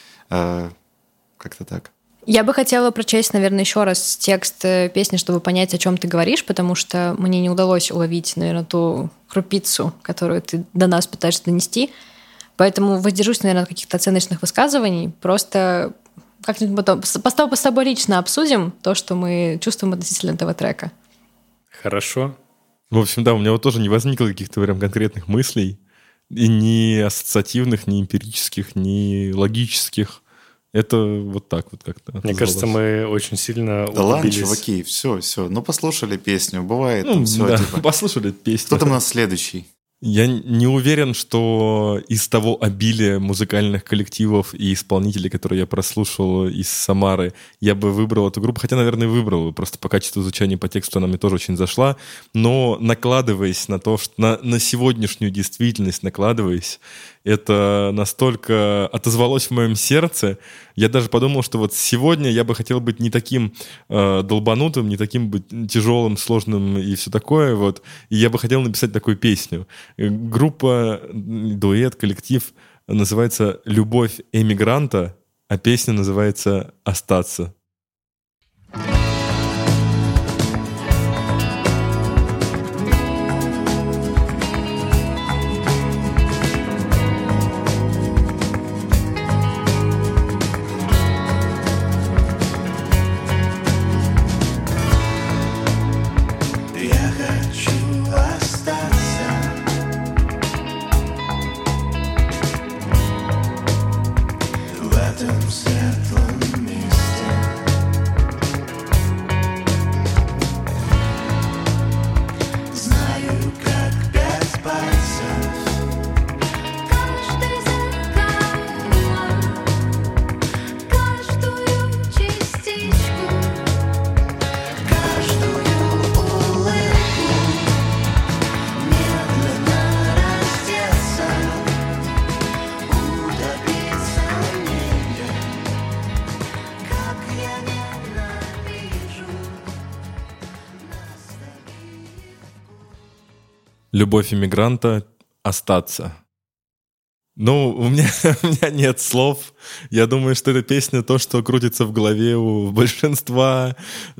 как-то так. Я бы хотела прочесть, наверное, еще раз текст песни, чтобы понять, о чем ты говоришь, потому что мне не удалось уловить, наверное, ту крупицу, которую ты до нас пытаешься донести. Поэтому воздержусь, наверное, от каких-то оценочных высказываний. Просто как-нибудь потом с тобой лично обсудим то, что мы чувствуем относительно этого трека. Хорошо. В общем, да, у меня вот тоже не возникло каких-то прям конкретных мыслей, и ни ассоциативных, ни эмпирических, ни логических. Это вот так вот как-то. Мне кажется, мы очень сильно Да ладно, углубились. чуваки, все, ну послушали песню, бывает Ну, там все, да, типа. послушали песню. Кто там у нас следующий? Я не уверен, что из того обилия музыкальных коллективов и исполнителей, которые я прослушал из Самары, я бы выбрал эту группу. Хотя, наверное, выбрал бы. Просто по качеству звучания, по тексту она мне тоже очень зашла. Но накладываясь на то, что на сегодняшнюю действительность накладываясь, это настолько отозвалось в моем сердце. Я даже подумал, что вот сегодня я бы хотел быть не таким долбанутым, не таким быть тяжелым, сложным и все такое. Вот. И я бы хотел написать такую песню. Группа, дуэт, коллектив называется «Любовь эмигранта», а песня называется «Остаться». «Любовь иммигранта. Остаться». Ну, у меня нет слов. Я думаю, что эта песня то, что крутится в голове у большинства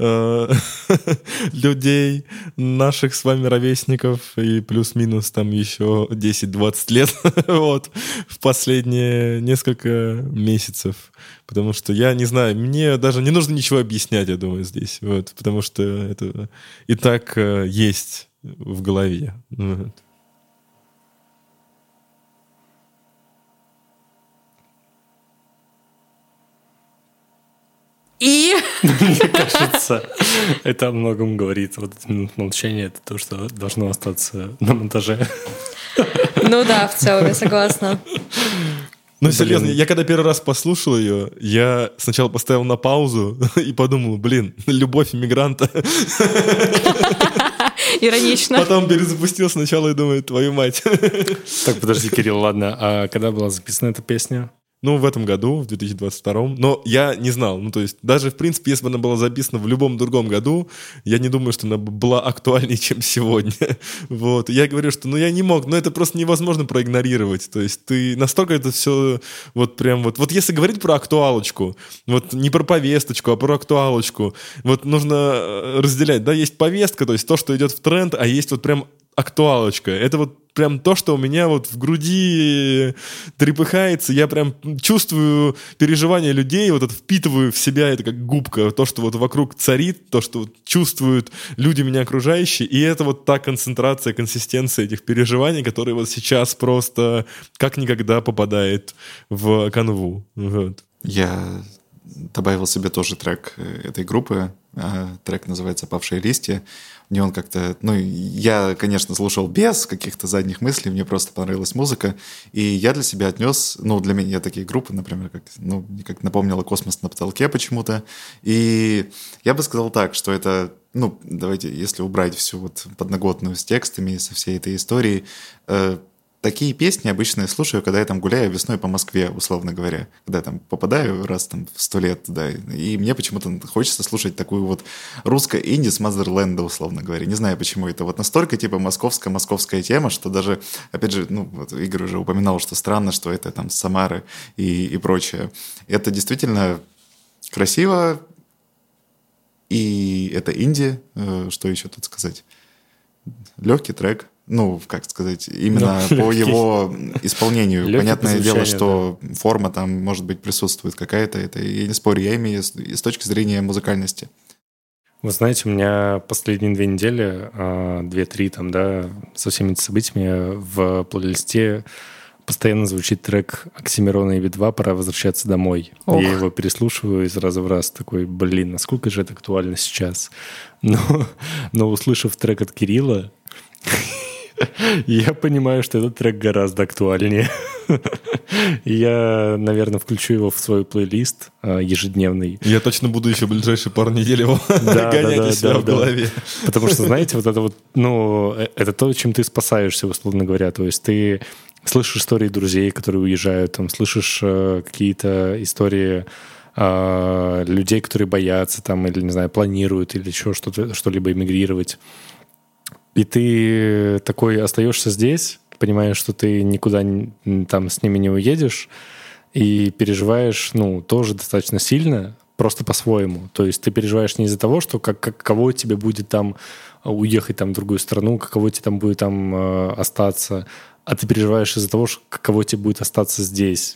людей, наших с вами ровесников, и плюс-минус там еще 10-20 лет вот, в последние несколько месяцев. Потому что я не знаю, мне даже не нужно ничего объяснять, я думаю, здесь. Вот, потому что это и так есть в голове. Вот. И Мне кажется, это о многом говорит. Вот это минут молчания — это то, что должно остаться на монтаже. ну да, в целом, я согласна. Ну, серьезно, я когда первый раз послушал ее, я сначала поставил на паузу и подумал, блин, любовь иммигранта. Иронично. Потом перезапустил сначала и думаю, твою мать. Так, подожди, Кирилл, ладно. А когда была записана эта песня? Ну, в этом году, в 2022. Но я не знал. Ну, то есть, даже, в принципе, если бы она была записана в любом другом году, я не думаю, что она была актуальнее, чем сегодня. Вот. Я говорю, что, ну, я не мог, но это просто невозможно проигнорировать. То есть, ты настолько это все вот прям вот... Вот если говорить про актуалочку, вот не про повесточку, а про актуалочку, вот нужно разделять, да, есть повестка, то есть то, что идет в тренд, а есть вот прям актуалочка. Это вот прям то, что у меня вот в груди трепыхается. Я прям чувствую переживания людей, вот это впитываю в себя, это как губка. То, что вот вокруг царит, то, что вот чувствуют люди меня окружающие. И это вот та концентрация, консистенция этих переживаний, которые вот сейчас просто как никогда попадает в канву. Вот. Я добавил себе тоже трек этой группы. Трек называется «Опавшие листья». Мне он как-то... Ну, я, конечно, слушал без каких-то задних мыслей, мне просто понравилась музыка. И я для себя отнес... Ну, для меня такие группы, например, как напомнила «Космос на потолке» почему-то. И я бы сказал так, что это... Ну, давайте, если убрать всю вот подноготную с текстами, со всей этой историей... Такие песни обычно я слушаю, когда я там гуляю весной по Москве, условно говоря. Когда я там попадаю раз там в 100 лет туда. И мне почему-то хочется слушать такую вот русское инди с Мазерленда, условно говоря. Не знаю, почему это вот настолько типа московская тема, что даже, опять же, ну, вот Игорь уже упоминал, что странно, что это там Самары и прочее. Это действительно красиво, и это инди. Что еще тут сказать? Легкий трек. Ну, как сказать, именно по его исполнению. Понятное дело, что форма там, может быть, присутствует какая-то. Это я не спорю, я имею с точки зрения музыкальности. Вы знаете, у меня последние 2 недели, 2-3 там, да, со всеми этими событиями в плейлисте постоянно звучит трек Оксимирона и Би-2 «Пора возвращаться домой». Ох. Я его переслушиваю из раза в раз, такой, блин, насколько же это актуально сейчас. Но услышав трек от Кирилла, я понимаю, что этот трек гораздо актуальнее. Я, наверное, включу его в свой плейлист ежедневный. Я точно буду еще ближайшие пару недель его гонять у себя в голове. Потому что, знаете, вот это вот, ну, это то, чем ты спасаешься, условно говоря. То есть ты слышишь истории друзей, которые уезжают, там, слышишь какие-то истории людей, которые боятся, там, или, не знаю, планируют, или еще что-либо эмигрировать. И ты такой остаешься здесь, понимаешь, что ты никуда там с ними не уедешь, и переживаешь, ну, тоже достаточно сильно, просто по-своему. То есть ты переживаешь не из-за того, что каково тебе будет там уехать там, в другую страну, каково тебе там будет там остаться, а ты переживаешь из-за того, каково тебе будет остаться здесь.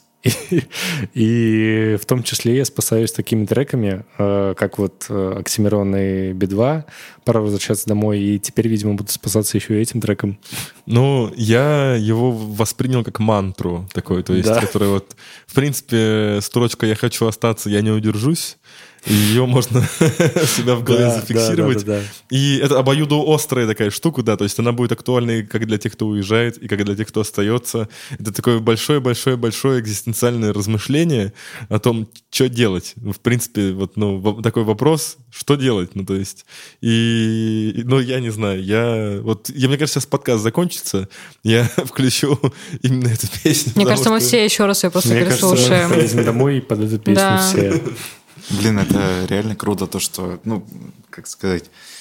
И в том числе я спасаюсь такими треками, как вот Оксимирон и Би-2, «Пора возвращаться домой», и теперь, видимо, буду спасаться еще и этим треком. Ну, я его воспринял как мантру такой, то есть, который вот, в принципе, строчка «Я хочу остаться, я не удержусь», и ее можно себя в голове зафиксировать. И это обоюдоострая такая штука, да, то есть она будет актуальной как для тех, кто уезжает, и как для тех, кто остается. Это такое большое-большое-большое экзистенциальное размышление о том, что делать. В принципе, вот, ну, такой вопрос, что делать, ну, то есть. И, ну, я не знаю, мне кажется, сейчас подкаст закончится, я включу именно эту песню. Мне кажется, мы все еще раз ее просто переслушаем. Мне кажется, мы поедем домой под эту песню все. Блин, это реально круто, то, что, ну, как сказать,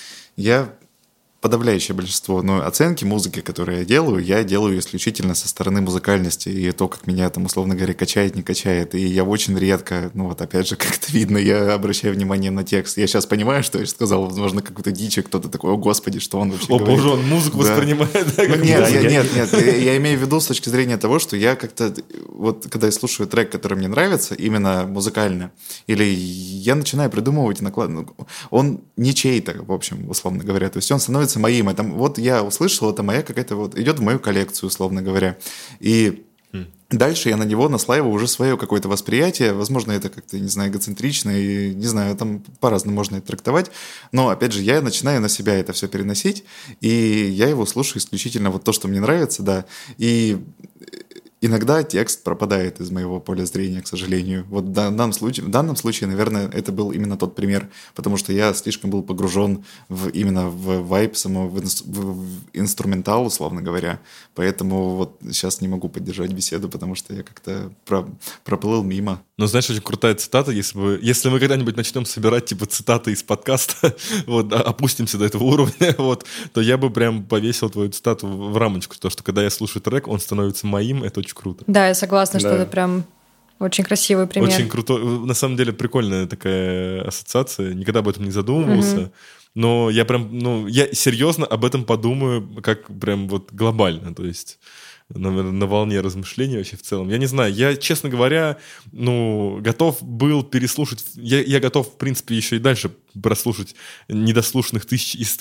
подавляющее большинство, но оценки музыки, которые я делаю исключительно со стороны музыкальности и то, как меня там, условно говоря, качает, не качает. И я очень редко, ну вот опять же, как-то видно, я обращаю внимание на текст. Я сейчас понимаю, что я сказал, возможно, какую-то дичь, кто-то такой, о господи, что он вообще говорит. О боже, он музыку воспринимает. Да, нет, я имею в виду с точки зрения того, что я как-то, вот когда я слушаю трек, который мне нравится, именно музыкально, или я начинаю придумывать и накладывать, он не чей-то, в общем, условно говоря, то есть он становится моим. Это, вот я услышал, это моя какая-то вот, идет в мою коллекцию, условно говоря. И дальше я на него наслаиваю уже свое какое-то восприятие. Возможно, это как-то, не знаю, эгоцентрично, и, не знаю, там по-разному можно это трактовать. Но, опять же, я начинаю на себя это все переносить, и я его слушаю исключительно вот то, что мне нравится, да. И иногда текст пропадает из моего поля зрения, к сожалению. Вот в данном случае, наверное, это был именно тот пример, потому что я слишком был погружен именно в вайб, в инструментал, условно говоря. Поэтому вот сейчас не могу поддержать беседу, потому что я как-то проплыл мимо. Ну, знаешь, очень крутая цитата, если мы когда-нибудь начнем собирать типа цитаты из подкаста, вот, опустимся до этого уровня, вот, то я бы прям повесил твою цитату в рамочку, то, что когда я слушаю трек, он становится моим, это очень круто. Да, я согласна, что это прям очень красивый пример. Очень круто. На самом деле прикольная такая ассоциация. Никогда об этом не задумывался. но я прям, я серьезно об этом подумаю, как прям вот глобально, то есть на волне размышлений вообще в целом. Я не знаю, я, честно говоря, готов был переслушать, я готов, в принципе, еще и дальше прослушать недослушанных из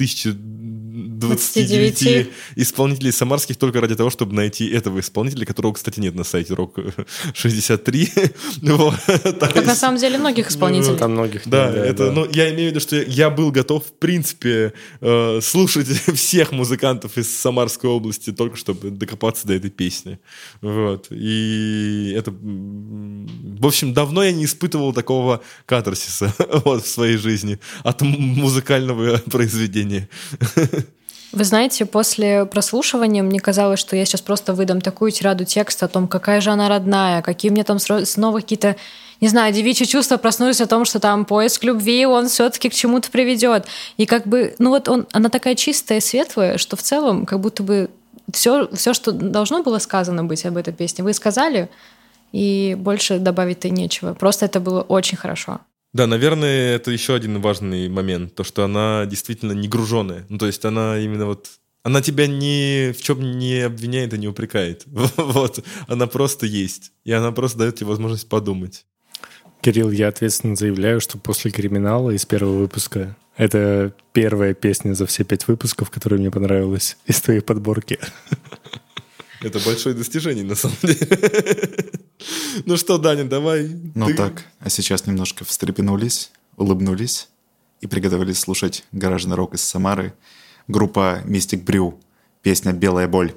1029 исполнителей самарских только ради того, чтобы найти этого исполнителя, которого, кстати, нет на сайте Рок 63. Так на самом деле многих исполнителей. Там многих. Да, я имею в виду, что я был готов, в принципе, слушать всех музыкантов из Самарской области, только чтобы докопаться до этой песни. Вот. И это... В общем, давно я не испытывал такого катарсиса в своей жизни от музыкального произведения. Вы знаете, после прослушивания мне казалось, что я сейчас просто выдам такую тираду текста о том, какая же она родная, какие мне там снова какие-то, не знаю, девичьи чувства проснулись о том, что там поиск любви, он все-таки к чему-то приведет. И как бы, она такая чистая и светлая, что в целом как будто бы все, что должно было сказано быть об этой песне, вы сказали, и больше добавить-то нечего. Просто это было очень хорошо. Да, наверное, это еще один важный момент, то, что она действительно не груженая. То есть она именно она тебя ни в чем не обвиняет и не упрекает. Вот, она просто есть. И она просто дает тебе возможность подумать. Кирилл, я ответственно заявляю, что после «Криминала» из первого выпуска это первая песня за все 5 выпусков, которая мне понравилась из твоей подборки. Это большое достижение, на самом деле. Ну что, Даня, давай. Так, а сейчас немножко встрепенулись, улыбнулись и приготовились слушать гаражный рок из Самары. Группа Mystic Brew. Песня «Белая боль».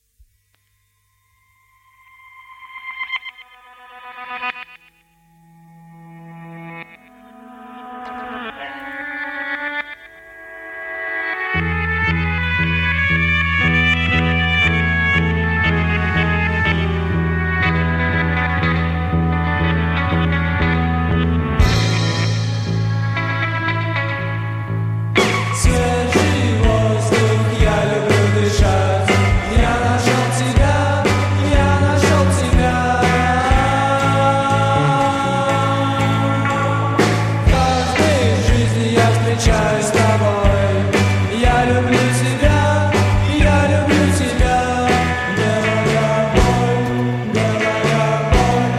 Свежий воздух, я люблю дышать. Я нашел тебя, я нашел тебя. В каждой жизни я встречаюсь с тобой. Я люблю тебя, я люблю тебя. Белая боль, белая боль.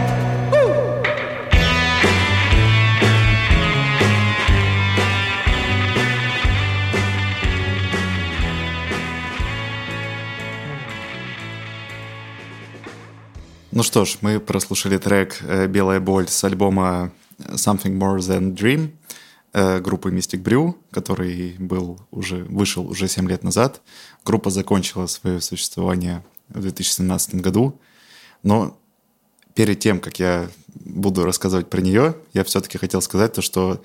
Ну что ж, мы прослушали трек «Белая боль» с альбома «Something More Than Dream» группы Mystic Brew, который вышел уже 7 лет назад. Группа закончила свое существование в 2017 году. Но перед тем, как я буду рассказывать про нее, я все-таки хотел сказать то, что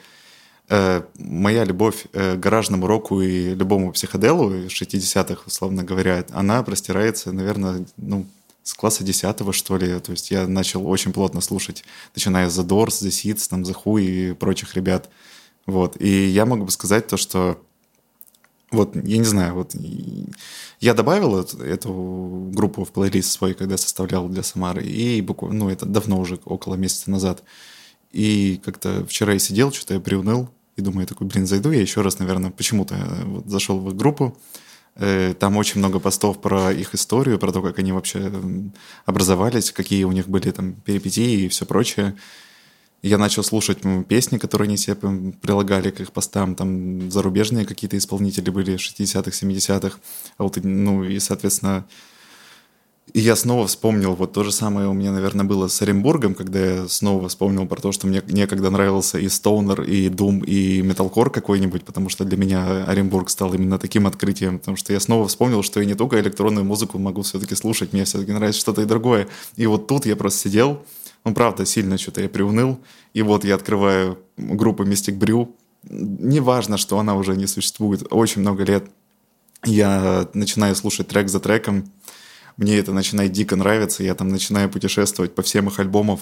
моя любовь к гаражному року и любому психоделу из 60-х, условно говоря, она простирается, наверное, с класса 10-го, что ли. То есть я начал очень плотно слушать, начиная с The Doors, The Seeds, там, The Who и прочих ребят. Вот. И я могу сказать то, что я не знаю, я добавил эту группу в плейлист свой, когда составлял для Самары, и буквально, это давно уже, около месяца назад. И как-то вчера я сидел, что-то я приуныл, и думаю, зайду я еще раз, наверное, почему-то зашел в их группу. Там очень много постов про их историю, про то, как они вообще образовались, какие у них были там перипетии и все прочее. Я начал слушать песни, которые они себе прилагали к их постам. Там зарубежные какие-то исполнители были 60-х, 70-х. И, соответственно, я снова вспомнил, то же самое у меня, наверное, было с Оренбургом, когда я снова вспомнил про то, что мне некогда нравился и стоунер, и дум, и металкор какой-нибудь, потому что для меня Оренбург стал именно таким открытием, потому что я снова вспомнил, что я не только электронную музыку могу все-таки слушать, мне все-таки нравится что-то и другое. И тут я просто сидел, правда, сильно что-то я приуныл, и я открываю группу Mystic Brew. Неважно, что она уже не существует очень много лет, я начинаю слушать трек за треком, мне это начинает дико нравиться, я там начинаю путешествовать по всем их альбомам,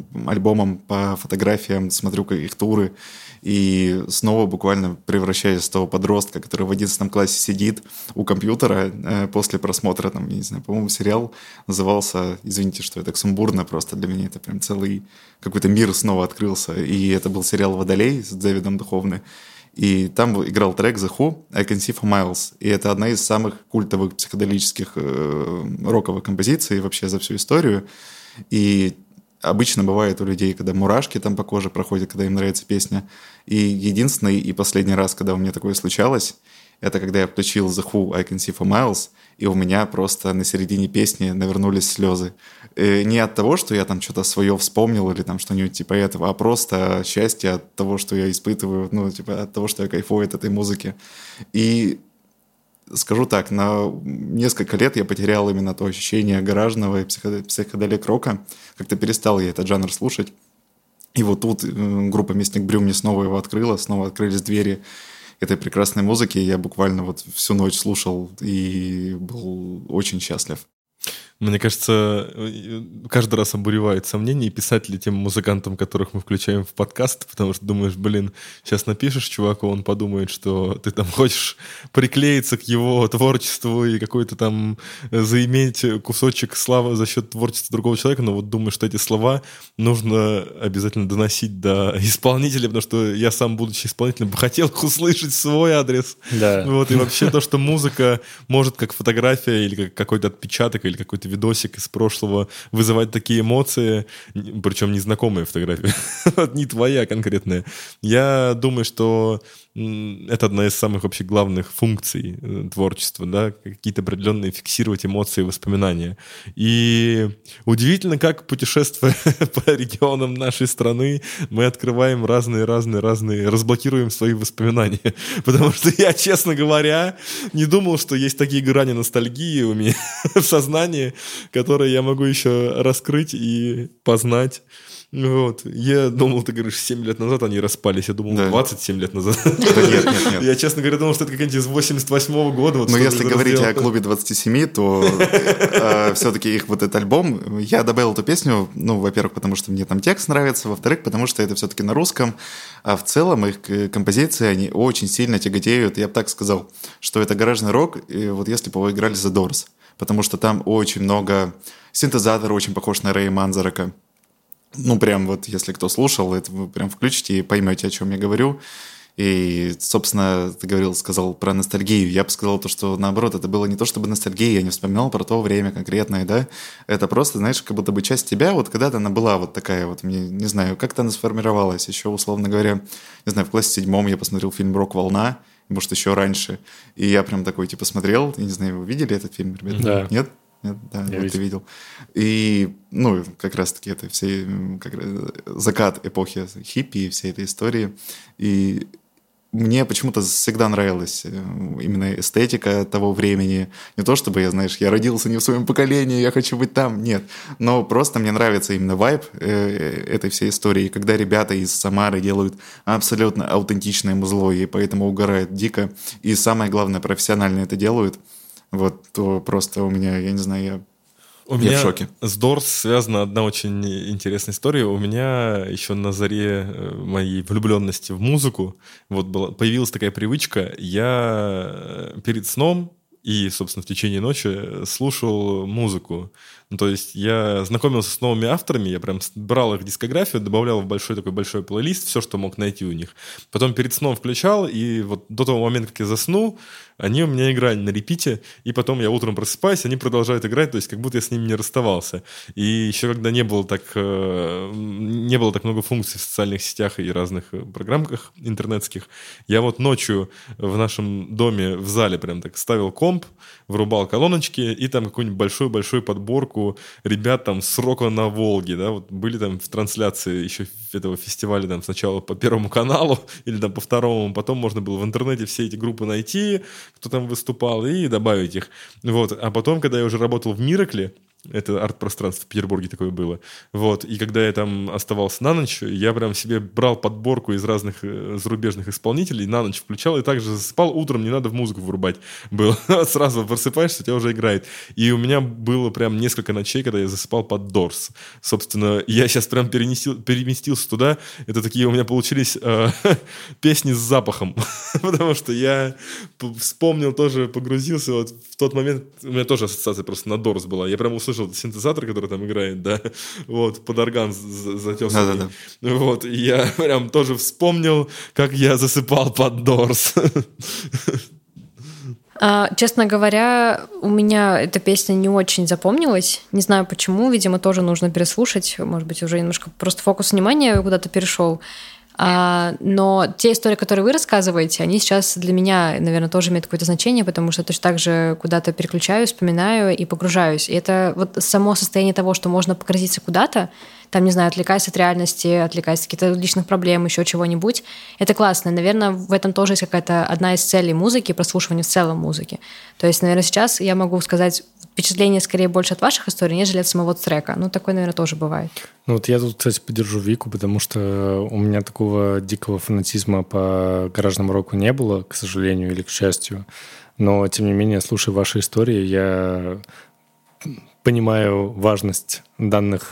по фотографиям, смотрю их туры, и снова буквально превращаюсь в того подростка, который в 11 классе сидит у компьютера после просмотра, я не знаю, по-моему, сериал назывался, извините, что я так сумбурно, просто для меня это прям целый какой-то мир снова открылся, и это был сериал «Водолей» с Дэвидом Духовны. И там играл трек The Who «I Can See for Miles». И это одна из самых культовых психоделических роковых композиций вообще за всю историю. И обычно бывает у людей, когда мурашки там по коже проходят, когда им нравится песня. И единственный и последний раз, когда у меня такое случалось, это когда я включил The Who «I Can See for Miles», и у меня просто на середине песни навернулись слезы. Не от того, что я там что-то свое вспомнил или там что-нибудь типа этого, а просто счастье от того, что я испытываю, ну, типа от того, что я кайфую от этой музыки. И скажу так, на несколько лет я потерял именно то ощущение гаражного и психоделик-рока. Как-то перестал я этот жанр слушать. И вот тут группа «Местник Брю» мне снова его открыла, снова открылись двери этой прекрасной музыки. Я буквально вот всю ночь слушал и был очень счастлив. Мне кажется, каждый раз обуревает сомнения, и писать ли тем музыкантам, которых мы включаем в подкаст, потому что думаешь, сейчас напишешь чуваку, он подумает, что ты там хочешь приклеиться к его творчеству и какой-то там заиметь кусочек славы за счет творчества другого человека, но вот думаю, что эти слова нужно обязательно доносить до исполнителя, потому что я сам, будучи исполнителем, бы хотел их услышать в свой адрес. Да. Вот, и вообще то, что музыка может как фотография или как какой-то отпечаток или какой-то видосик из прошлого вызывать такие эмоции, причем незнакомые фотографии, не твоя конкретная. Я думаю, что это одна из самых вообще главных функций творчества, да, какие-то определенные фиксировать эмоции и воспоминания. И удивительно, как, путешествуя по регионам нашей страны, мы открываем разные, разблокируем свои воспоминания. Потому что я, честно говоря, не думал, что есть такие грани ностальгии у меня в сознании, которые я могу еще раскрыть и познать. Вот. Я думал, ты говоришь, 7 лет назад они распались. Я думал, 27 лет назад. Да нет. Я, честно говоря, думал, что это какая-нибудь из 88-го года. Вот, но если говорить о клубе 27, то все-таки их вот этот альбом, я добавил эту песню, ну, во-первых, потому что мне там текст нравится, во-вторых, потому что это все-таки на русском, а в целом их композиции, они очень сильно тяготеют. Я бы так сказал, что это гаражный рок, и вот если бы вы играли The Doors, потому что там очень много синтезатора, очень похож на Рэя Манзарака. Ну, прям вот, если кто слушал, это вы прям включите и поймете, о чем я говорю. И, собственно, ты сказал про ностальгию. Я бы сказал то, что, наоборот, это было не то чтобы ностальгия, я не вспоминал про то время конкретное, да. Это просто, знаешь, как будто бы часть тебя, вот когда-то она была вот такая вот, мне не знаю, как-то она сформировалась. Еще, условно говоря, не знаю, в классе 7 я посмотрел фильм «Рок-волна», может, еще раньше. И я прям такой, типа, смотрел, я не знаю, вы видели этот фильм, ребята? Да. Нет? Нет, да, вот ты видел. И, ну, как раз-таки это все закат эпохи хиппи и всей этой истории. И мне почему-то всегда нравилась именно эстетика того времени. Не то чтобы, я родился не в своем поколении, я хочу быть там, нет. Но просто мне нравится именно вайб этой всей истории. Когда ребята из Самары делают абсолютно аутентичное музло, и поэтому угорают дико. И самое главное, профессионально это делают. Вот, то просто у меня, я не знаю, я в шоке. С Doors связана одна очень интересная история. У меня еще на заре моей влюбленности в музыку появилась такая привычка. Я перед сном и, собственно, в течение ночи слушал музыку. Ну, то есть я знакомился с новыми авторами, я прям брал их дискографию, добавлял в большой плейлист все, что мог найти у них. Потом перед сном включал, и вот до того момента, как я заснул, они у меня играли на репите, и потом я утром просыпаюсь, они продолжают играть, то есть как будто я с ними не расставался. И еще когда не было так много функций в социальных сетях и разных программках интернетских, я вот ночью в нашем доме в зале прям так ставил комп, врубал колоночки, и там какую-нибудь большую-большую подборку ребят там с «Рока на Волге», да, вот были там в трансляции еще этого фестиваля там сначала по Первому каналу или там по Второму, потом можно было в интернете все эти группы найти, кто там выступал, и добавить их. Вот. А потом, когда я уже работал в «Миракле», это арт-пространство в Петербурге такое было. Вот. И когда я там оставался на ночь, я прям себе брал подборку из разных зарубежных исполнителей, на ночь включал и также засыпал. Утром не надо в музыку врубать. Было. Сразу просыпаешься, у тебя уже играет. И у меня было прям несколько ночей, когда я засыпал под Doors. Собственно, я сейчас прям переместился туда. Это такие у меня получились песни с запахом. Потому что я вспомнил тоже, погрузился. Вот в тот момент у меня тоже ассоциация просто на Doors была. Я прям услышал слышал синтезатор, который там играет, да, вот, под орган затесанный. Да-да-да. Вот, и я прям тоже вспомнил, как я засыпал под Дорс. Честно говоря, у меня эта песня не очень запомнилась. Не знаю почему, видимо, тоже нужно переслушать. Может быть, уже немножко просто фокус внимания куда-то перешел. Но те истории, которые вы рассказываете, они сейчас для меня, наверное, тоже имеют какое-то значение, потому что я точно так же куда-то переключаюсь, вспоминаю и погружаюсь. И это вот само состояние того, что можно погрузиться куда-то, там, не знаю, отвлекаясь от реальности, отвлекаясь от каких-то личных проблем, еще чего-нибудь. Это классно. Наверное, в этом тоже есть какая-то одна из целей музыки, прослушивания в целом музыки. То есть, наверное, сейчас я могу сказать впечатление скорее больше от ваших историй, нежели от самого трека. Ну, такое, наверное, тоже бывает. Ну, вот я тут, кстати, поддержу Вику, потому что у меня такого дикого фанатизма по гаражному року не было, к сожалению или к счастью. Но, тем не менее, слушая ваши истории, я понимаю важность данной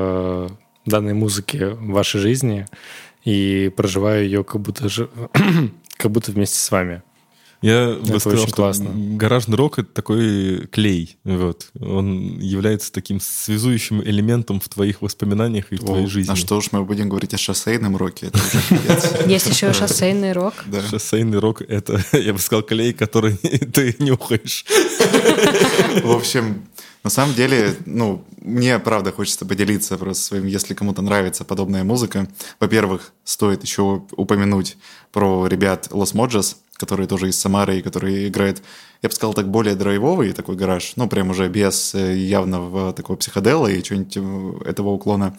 музыки в вашей жизни и проживаю ее как будто вместе с вами. Я бы сказал, очень что классно. гаражный рок — это такой клей. Вот. Он является таким связующим элементом в твоих воспоминаниях и в твоей жизни. А что уж мы будем говорить о шоссейном роке? Это уже пиздец. Есть еще шоссейный рок. Да. Шоссейный рок — это, я бы сказал, клей, который ты нюхаешь. В общем, на самом деле, мне, правда, хочется поделиться просто своим, если кому-то нравится подобная музыка. Во-первых, стоит еще упомянуть про ребят Los Mojos, которые тоже из Самары, и которые играют, я бы сказал, так более драйвовый такой гараж, прям уже без явного такого психодела и чего-нибудь этого уклона.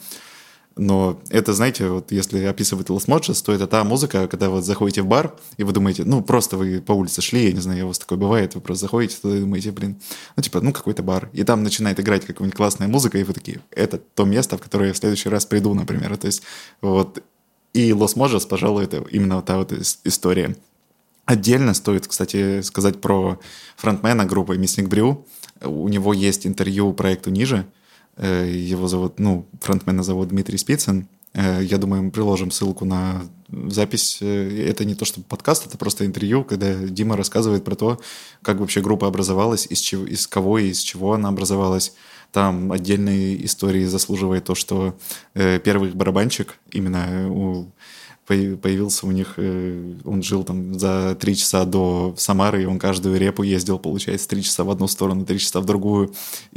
Но это, знаете, вот если описывать Los Mojos, то это та музыка, когда вот заходите в бар, и вы думаете, просто вы по улице шли, я не знаю, у вас такое бывает, вы просто заходите туда и думаете, какой-то бар. И там начинает играть какая-нибудь классная музыка, и вы такие, это то место, в которое я в следующий раз приду, например. То есть вот. И Los Mojos, пожалуй, это именно та вот история. Отдельно стоит, кстати, сказать про фронтмена группы Мясник Брю. У него есть интервью проекту «Ниже». Его зовут, фронтмена зовут Дмитрий Спицын. Я думаю, мы приложим ссылку на запись. Это не то чтобы подкаст, это просто интервью, когда Дима рассказывает про то, как вообще группа образовалась, из кого и из чего она образовалась. Там отдельные истории заслуживает то, что первый их барабанщик именно появился у них, он жил там за 3 часа до Самары, и он каждую репу ездил, получается, 3 часа в одну сторону, 3 часа в другую,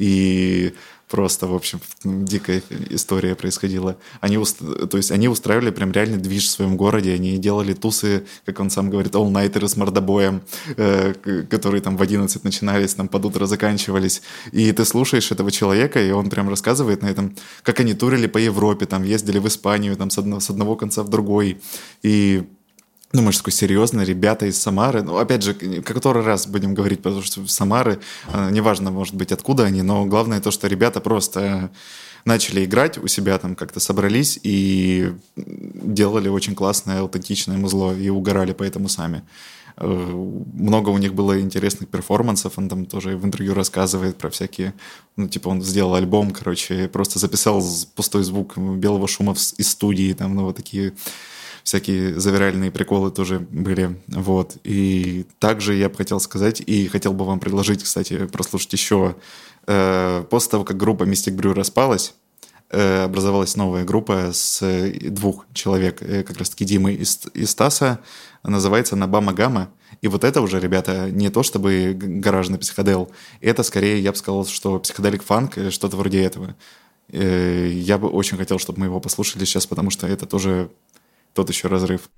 и просто, в общем, дикая история происходила. Они устраивали прям реально движ в своем городе, они делали тусы, как он сам говорит, all-nighterы с мордобоем, которые там в 11 начинались, там под утро заканчивались. И ты слушаешь этого человека, и он прям рассказывает на этом, как они турили по Европе, там ездили в Испанию, там с одного конца в другой. И думаешь, такой серьезно, ребята из Самары. Опять же, который раз будем говорить, потому что Самары, неважно, может быть, откуда они, но главное то, что ребята просто начали играть у себя, там как-то собрались и делали очень классное, аутентичное музло и угорали поэтому сами. Много у них было интересных перформансов, он там тоже в интервью рассказывает про всякие, он сделал альбом, просто записал пустой звук белого шума из студии, там, вот такие всякие завиральные приколы тоже были, вот. И также я бы хотел сказать, и хотел бы вам предложить, кстати, прослушать еще. После того, как группа Mystic Brew распалась, образовалась новая группа с 2 человек, как раз-таки Димы и Стаса, называется «Набама Гамма». И вот это уже, ребята, не то чтобы гаражный психодел, это скорее, я бы сказал, что психоделик фанк, что-то вроде этого. Я бы очень хотел, чтобы мы его послушали сейчас, потому что это тоже тот еще разрыв.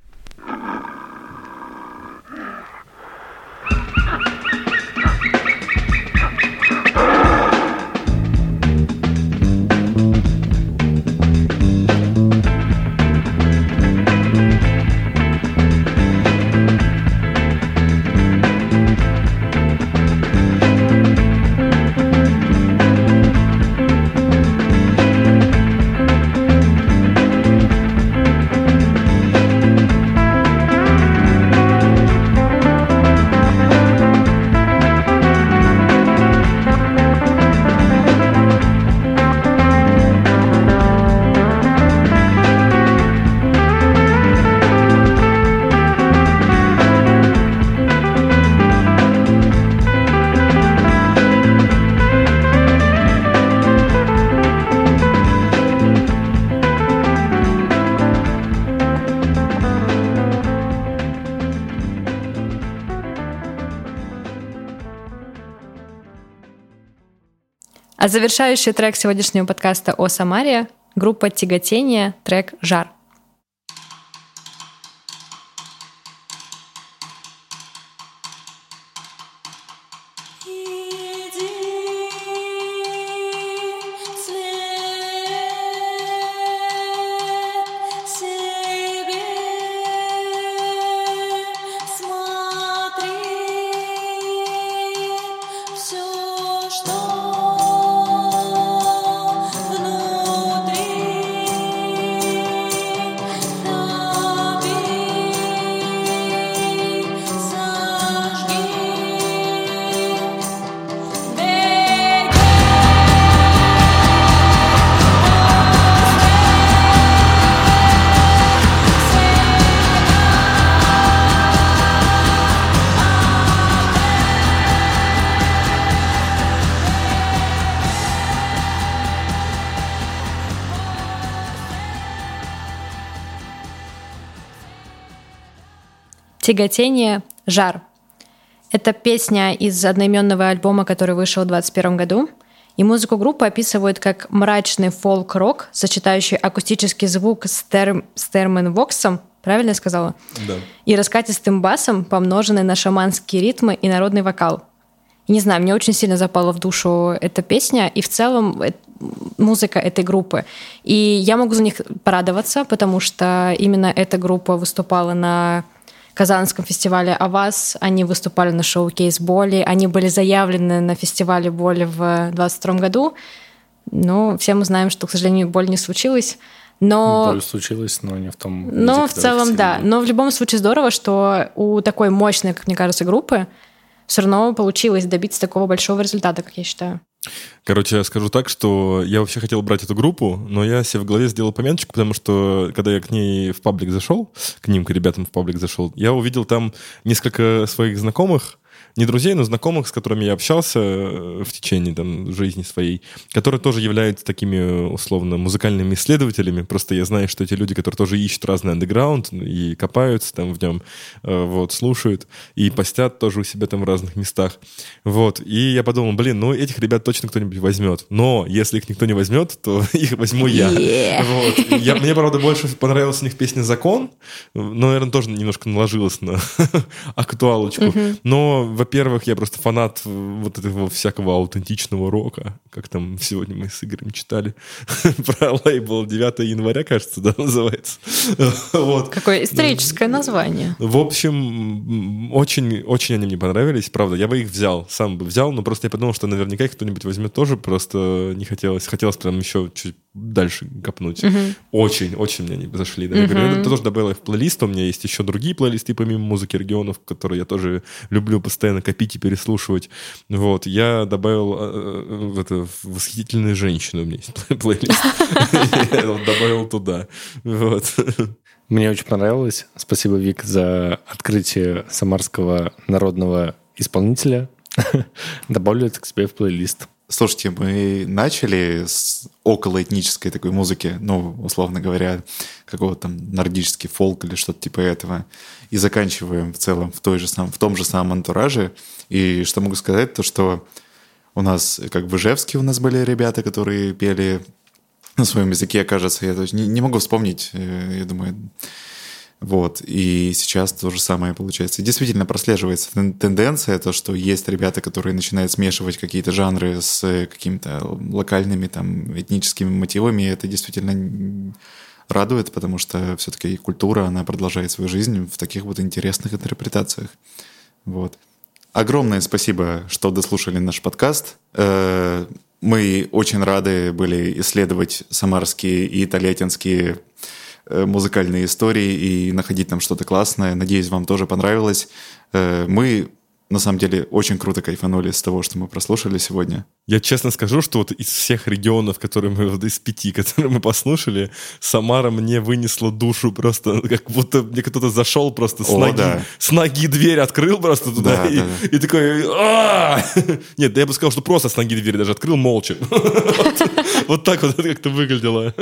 А завершающий трек сегодняшнего подкаста о Самаре — группа «Тяготение», трек «Жар». «Тяготение. Жар». Это песня из одноименного альбома, который вышел в 2021 году. И музыку группы описывают как мрачный фолк-рок, сочетающий акустический звук с терминвоксом, правильно я сказала? Да. И раскатистым басом, помноженный на шаманские ритмы и народный вокал. И не знаю, мне очень сильно запала в душу эта песня, и в целом музыка этой группы. И я могу за них порадоваться, потому что именно эта группа выступала на Казанском фестивале «Аваз», они выступали на шоу «Кейс Боли», они были заявлены на фестивале Боли в 2022 году, но все мы знаем, что, к сожалению, Боль не случилось. Но... Боль случилась, но не в том виде, но в целом, да. Но в любом случае здорово, что у такой мощной, как мне кажется, группы все равно получилось добиться такого большого результата, как я считаю. Короче, я скажу так, что я вообще хотел брать эту группу, но я себе в голове сделал пометочку, потому что, когда я к ней в паблик зашел, к ним, к ребятам в паблик зашел, я увидел там несколько своих знакомых, не друзей, но знакомых, с которыми я общался в течение там, жизни своей, которые тоже являются такими, условно, музыкальными исследователями. Просто я знаю, что эти люди, которые тоже ищут разный андеграунд и копаются там в нем, вот, слушают и постят тоже у себя там в разных местах. Вот. И я подумал, ну, этих ребят точно кто-нибудь возьмет. Но если их никто не возьмет, то их возьму я. Вот. Мне, правда, больше понравилась у них песня «Закон», но, наверное, тоже немножко наложилась на актуалочку. Но, во-первых, я просто фанат вот этого всякого аутентичного рока, как там сегодня мы с Игорем читали про лейбл 9 января, кажется, да, называется. Вот. Какое историческое название. В общем, очень они мне понравились, правда. Я бы их взял, сам бы взял, но просто я подумал, что наверняка их кто-нибудь возьмет тоже, просто не хотелось. Хотелось прям еще чуть дальше копнуть. Очень мне они зашли. Да. Я говорю, я тоже добавил их в плейлист, у меня есть еще другие плейлисты помимо музыки регионов, которые я тоже люблю постоянно копить и переслушивать. Вот. Я добавил «Восхитительные женщины», у меня есть плейлист. Я добавил туда. Вот. Мне очень понравилось. Спасибо, Вик, за открытие самарского народного исполнителя. Добавлю это к себе в плейлист. Слушайте, мы начали с околоэтнической такой музыки, ну, условно говоря, какого-то там нордический фолк или что-то типа этого, и заканчиваем в целом в том же самом антураже. И что могу сказать, то что у нас, как в Ижевске у нас были ребята, которые пели на своем языке, кажется, я не могу вспомнить, я думаю... Вот, и сейчас то же самое получается. И действительно прослеживается тенденция, то, что есть ребята, которые начинают смешивать какие-то жанры с какими-то локальными там этническими мотивами, и это действительно радует, потому что все-таки культура, она продолжает свою жизнь в таких вот интересных интерпретациях. Вот. Огромное спасибо, что дослушали наш подкаст. Мы очень рады были исследовать самарские и тольяттинские музыкальные истории и находить там что-то классное. Надеюсь, вам тоже понравилось. Мы, на самом деле, очень круто кайфанули с того, что мы прослушали сегодня. Я честно скажу, что вот из всех регионов, которые мы, из 5, которые мы послушали, Самара мне вынесла душу просто, как будто мне кто-то зашел просто с ноги дверь открыл просто туда и такой... Нет, я бы сказал, что просто с ноги дверь даже открыл молча. Вот так вот это как-то выглядело.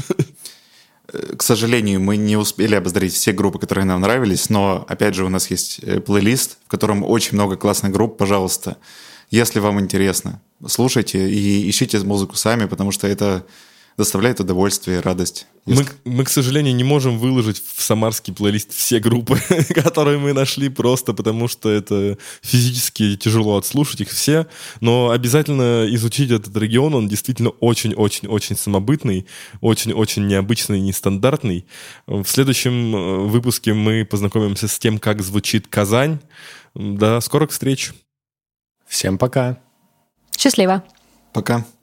К сожалению, мы не успели обозреть все группы, которые нам нравились, но, опять же, у нас есть плейлист, в котором очень много классных групп. Пожалуйста, Если вам интересно, слушайте и ищите музыку сами, потому что это доставляет удовольствие и радость. Мы, к сожалению, не можем выложить в самарский плейлист все группы, которые мы нашли, просто потому что это физически тяжело отслушать их все, но обязательно изучить этот регион, он действительно очень-очень-очень самобытный, очень-очень необычный, нестандартный. В следующем выпуске мы познакомимся с тем, как звучит Казань. До скорых встреч! Всем пока! Счастливо! Пока!